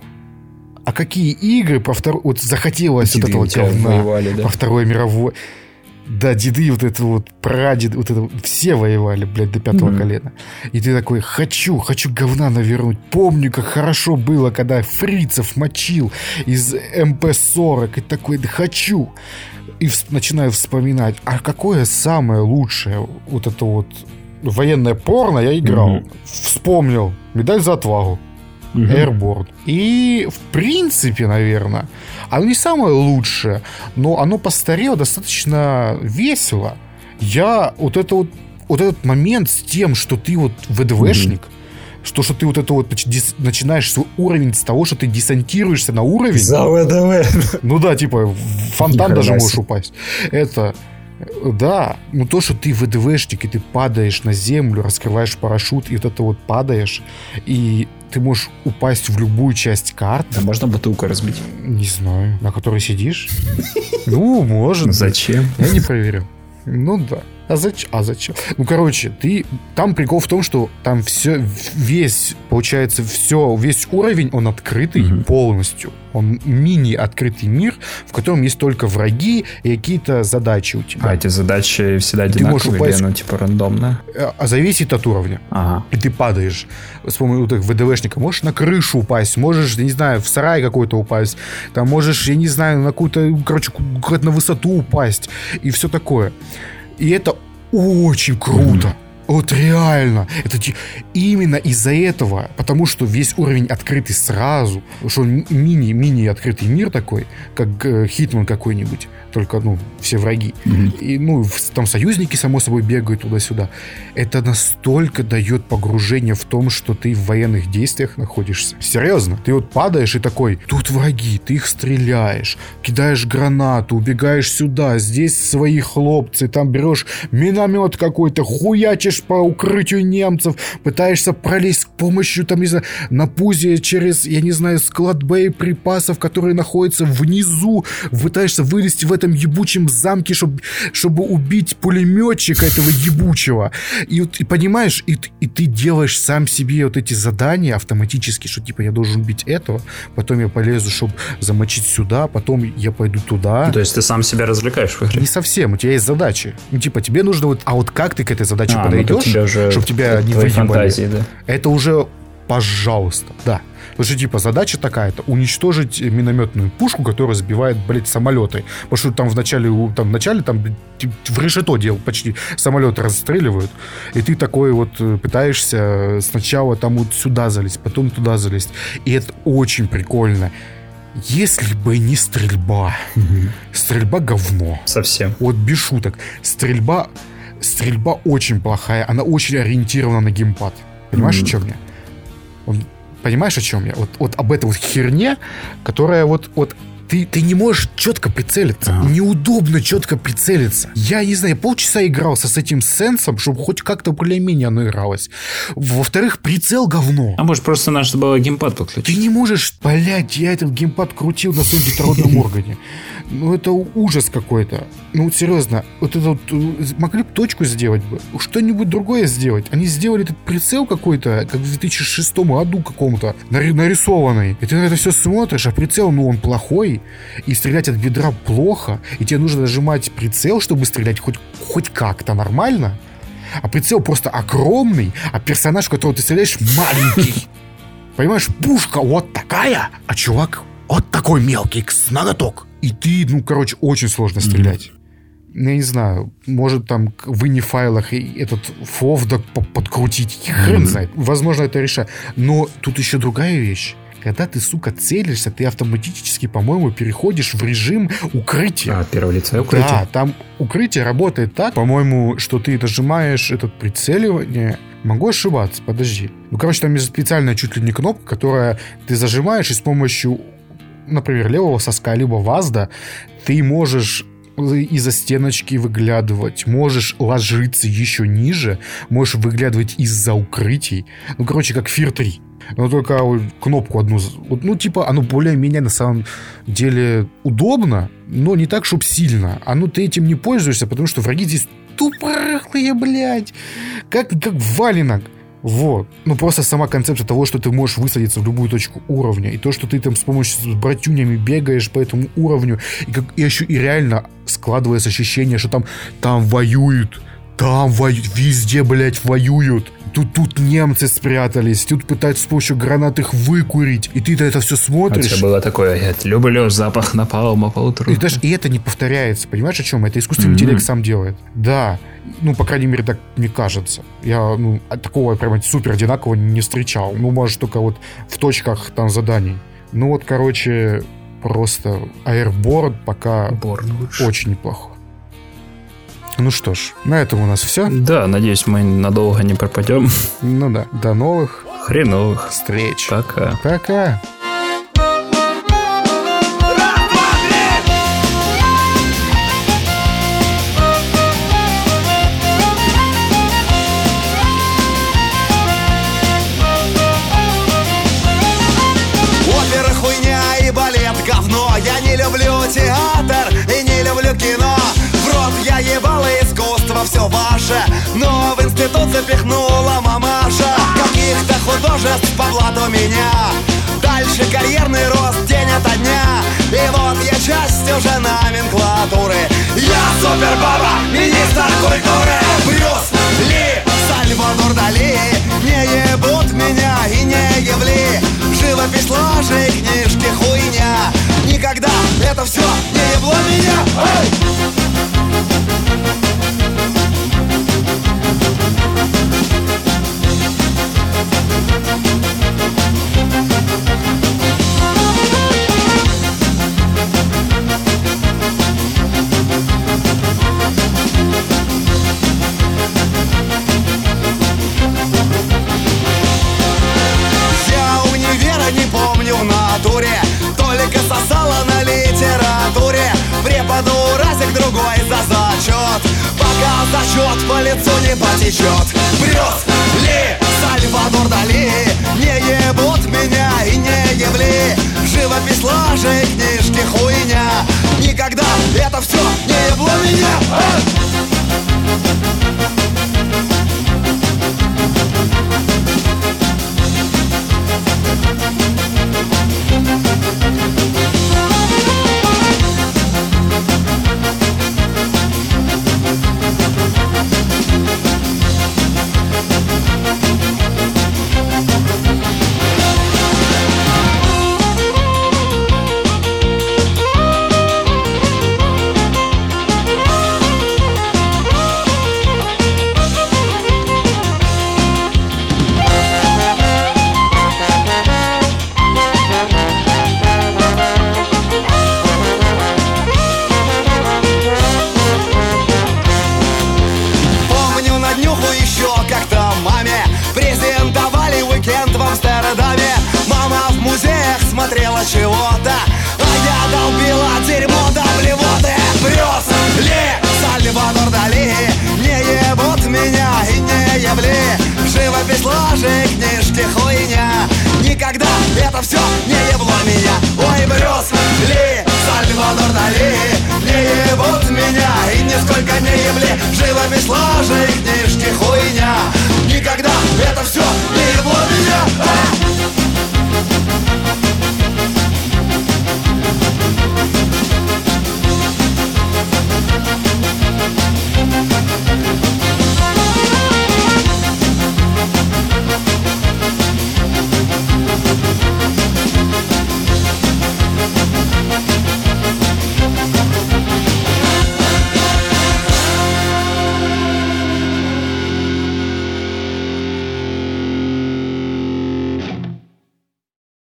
а какие игры по второй... Вот захотелось деды вот этого говна воевали, да? по Второй мировой... Да, деды вот это вот, прадеды, вот это все воевали, блядь, до 5-го колена. И ты такой, хочу говна навернуть. Помню, как хорошо было, когда фрицев мочил из МП-40. И такой, да хочу. И начинаю вспоминать, а какое самое лучшее вот это вот военное порно я играл. Вспомнил. Медаль за отвагу. Airborne. И, в принципе, наверное, оно не самое лучшее, но оно постарело достаточно весело. Я вот этот момент с тем, что ты вот ВДВшник, что ты вот это вот начинаешь свой уровень с того, что ты десантируешься на уровень. За ВДВ. Ну да, типа в фонтан даже можешь упасть. Это... Да, ну то, что ты ВДВшник, и ты падаешь на землю, раскрываешь парашют, и вот это вот падаешь, и ты можешь упасть в любую часть карты. Да можно бутылку разбить. Не знаю, на которой сидишь. Ну, может. Зачем? Я не проверю. Ну да. А зачем? Ну, короче, там прикол в том, что там весь уровень, он открытый полностью. Он мини-открытый мир, в котором есть только враги и какие-то задачи у тебя. А эти задачи всегда одинаковые или оно типа рандомно? А зависит от уровня. Ага. И ты падаешь с помощью вот ВДВшника. Можешь на крышу упасть, можешь, я не знаю, в сарай какой-то упасть. Там можешь, я не знаю, на какую-то, короче, на высоту упасть. И все такое. И это очень круто. Вот реально. Это именно из-за этого, потому что весь уровень открытый сразу, что мини открытый мир такой, как Хитман какой-нибудь, только, все враги. И, там союзники, само собой, бегают туда-сюда. Это настолько дает погружение в том, что ты в военных действиях находишься. Серьезно. Ты вот падаешь и такой, тут враги, ты их стреляешь, кидаешь гранату, убегаешь сюда, здесь свои хлопцы, там берешь миномет какой-то, хуячишь по укрытию немцев, пытаешься пролезть с помощью, там, не знаю, на пузе через, я не знаю, склад боеприпасов, которые находятся внизу, пытаешься вылезти в этом ебучем замке, чтобы убить пулеметчика этого ебучего. И понимаешь, и ты делаешь сам себе вот эти задания автоматически, что типа я должен убить этого, потом я полезу, чтобы замочить сюда, потом я пойду туда. То есть ты сам себя развлекаешь в игре? Не совсем, у тебя есть задачи. Тебе нужно а вот как ты к этой задаче подойдешь, чтобы тебя не выебали. Да? Это уже пожалуйста, да. Потому что, задача такая-то — уничтожить минометную пушку, которая сбивает, самолеты. Потому что там вначале в решето почти самолеты расстреливают. И ты такой вот пытаешься сначала там вот сюда залезть, потом туда залезть. И это очень прикольно. Если бы не стрельба. Стрельба говно. Совсем. Вот без шуток. Стрельба очень плохая. Она очень ориентирована на геймпад. Понимаешь, о чем я? Понимаешь, о чем я? Вот об этой вот херне, которая ты не можешь четко прицелиться. Неудобно четко прицелиться. Я не знаю, полчаса игрался с этим сенсом, чтобы хоть как-то более-менее оно игралось. Во-вторых, прицел говно. А может, просто надо было геймпад подключить? Ты не можешь, я этот геймпад крутил на своем детородном органе. Это ужас какой-то. Серьезно, могли бы точку сделать бы, что-нибудь другое сделать. Они сделали этот прицел какой-то, как в 2006 году каком-то, нарисованный. И ты на это все смотришь, а прицел, он плохой, и стрелять от бедра плохо, и тебе нужно нажимать прицел, чтобы стрелять хоть как-то нормально. А прицел просто огромный, а персонаж, в которого ты стреляешь, маленький. Понимаешь, пушка вот такая, а чувак вот такой мелкий, с ноготок. И ты, очень сложно стрелять. я не знаю, может там в ini-файлах этот FOV подкрутить, хрен знает. Возможно, это решает. Но тут еще другая вещь. Когда ты, сука, целишься, ты автоматически, по-моему, переходишь в режим укрытия. Перволицевое укрытие? Да, там укрытие работает так, по-моему, что ты нажимаешь это прицеливание. Могу ошибаться, подожди. Короче, там есть специальная чуть ли не кнопка, которая ты зажимаешь, и с помощью, например, левого соска, либо ВАЗда, ты можешь из-за стеночки выглядывать, можешь ложиться еще ниже, можешь выглядывать из-за укрытий. Короче, как Fear 3. Но только кнопку одну... оно более-менее на самом деле удобно, но не так, чтобы сильно. Ты этим не пользуешься, потому что враги здесь тупорылые, блядь. Как валенок. Вот. Просто сама концепция того, что ты можешь высадиться в любую точку уровня, и то, что ты там с помощью братюнями бегаешь по этому уровню, и еще и реально складывается ощущение, что там воюют, везде, блядь, воюют. Тут немцы спрятались, тут пытаются с помощью гранат их выкурить, и ты-то это все смотришь. У тебя было такое, я люблю запах напалма по утру. И это не повторяется, понимаешь, о чем? Это искусственный интеллект сам делает. Да, по крайней мере, так мне кажется. Я, такого прямо супер одинакового не встречал. Может, только вот в точках там заданий. Короче, просто Airborne пока очень неплохо. Что ж, на этом у нас все. Да, надеюсь, мы надолго не пропадем. Да. До новых хреновых встреч. Пока. Пока. Опера хуйня и балет говно. Я не люблю театр и не люблю кино. Я ебала искусство, все ваше, но в институт запихнула мамаша. Каких-то художеств по блату меня. Дальше карьерный рост день ото дня. И вот я часть уже номенклатуры. Я супербаба, министр культуры. Брюс Ли, Сальвадор Дали. Не ебут меня и не ебли. Живопись, ложи, книжки, хуйня. Никогда это все не ебло меня. Эй! Я универа не помню в натуре, только сосала на литературе. Преподу разик другой за зачет, пока зачет по лицу не потечет. Брюс Ли, Сальвадор Дали. Не ебут меня и не ебли. Живопись, ложи, книжки, хуйня. Никогда это все не ебло меня. Чего-то, а я долбила дерьмо до блевоты. Брюс Ли, Сальвадор Дали. Не ебут меня и не ебли. Живопись, ложи, книжки, хуйня. Никогда это все не ебло меня. Ой, Брюс Ли, Сальвадор Дали. Не ебут меня и нисколько не ебли. Живопись, ложи, книжки, хуйня. Никогда это все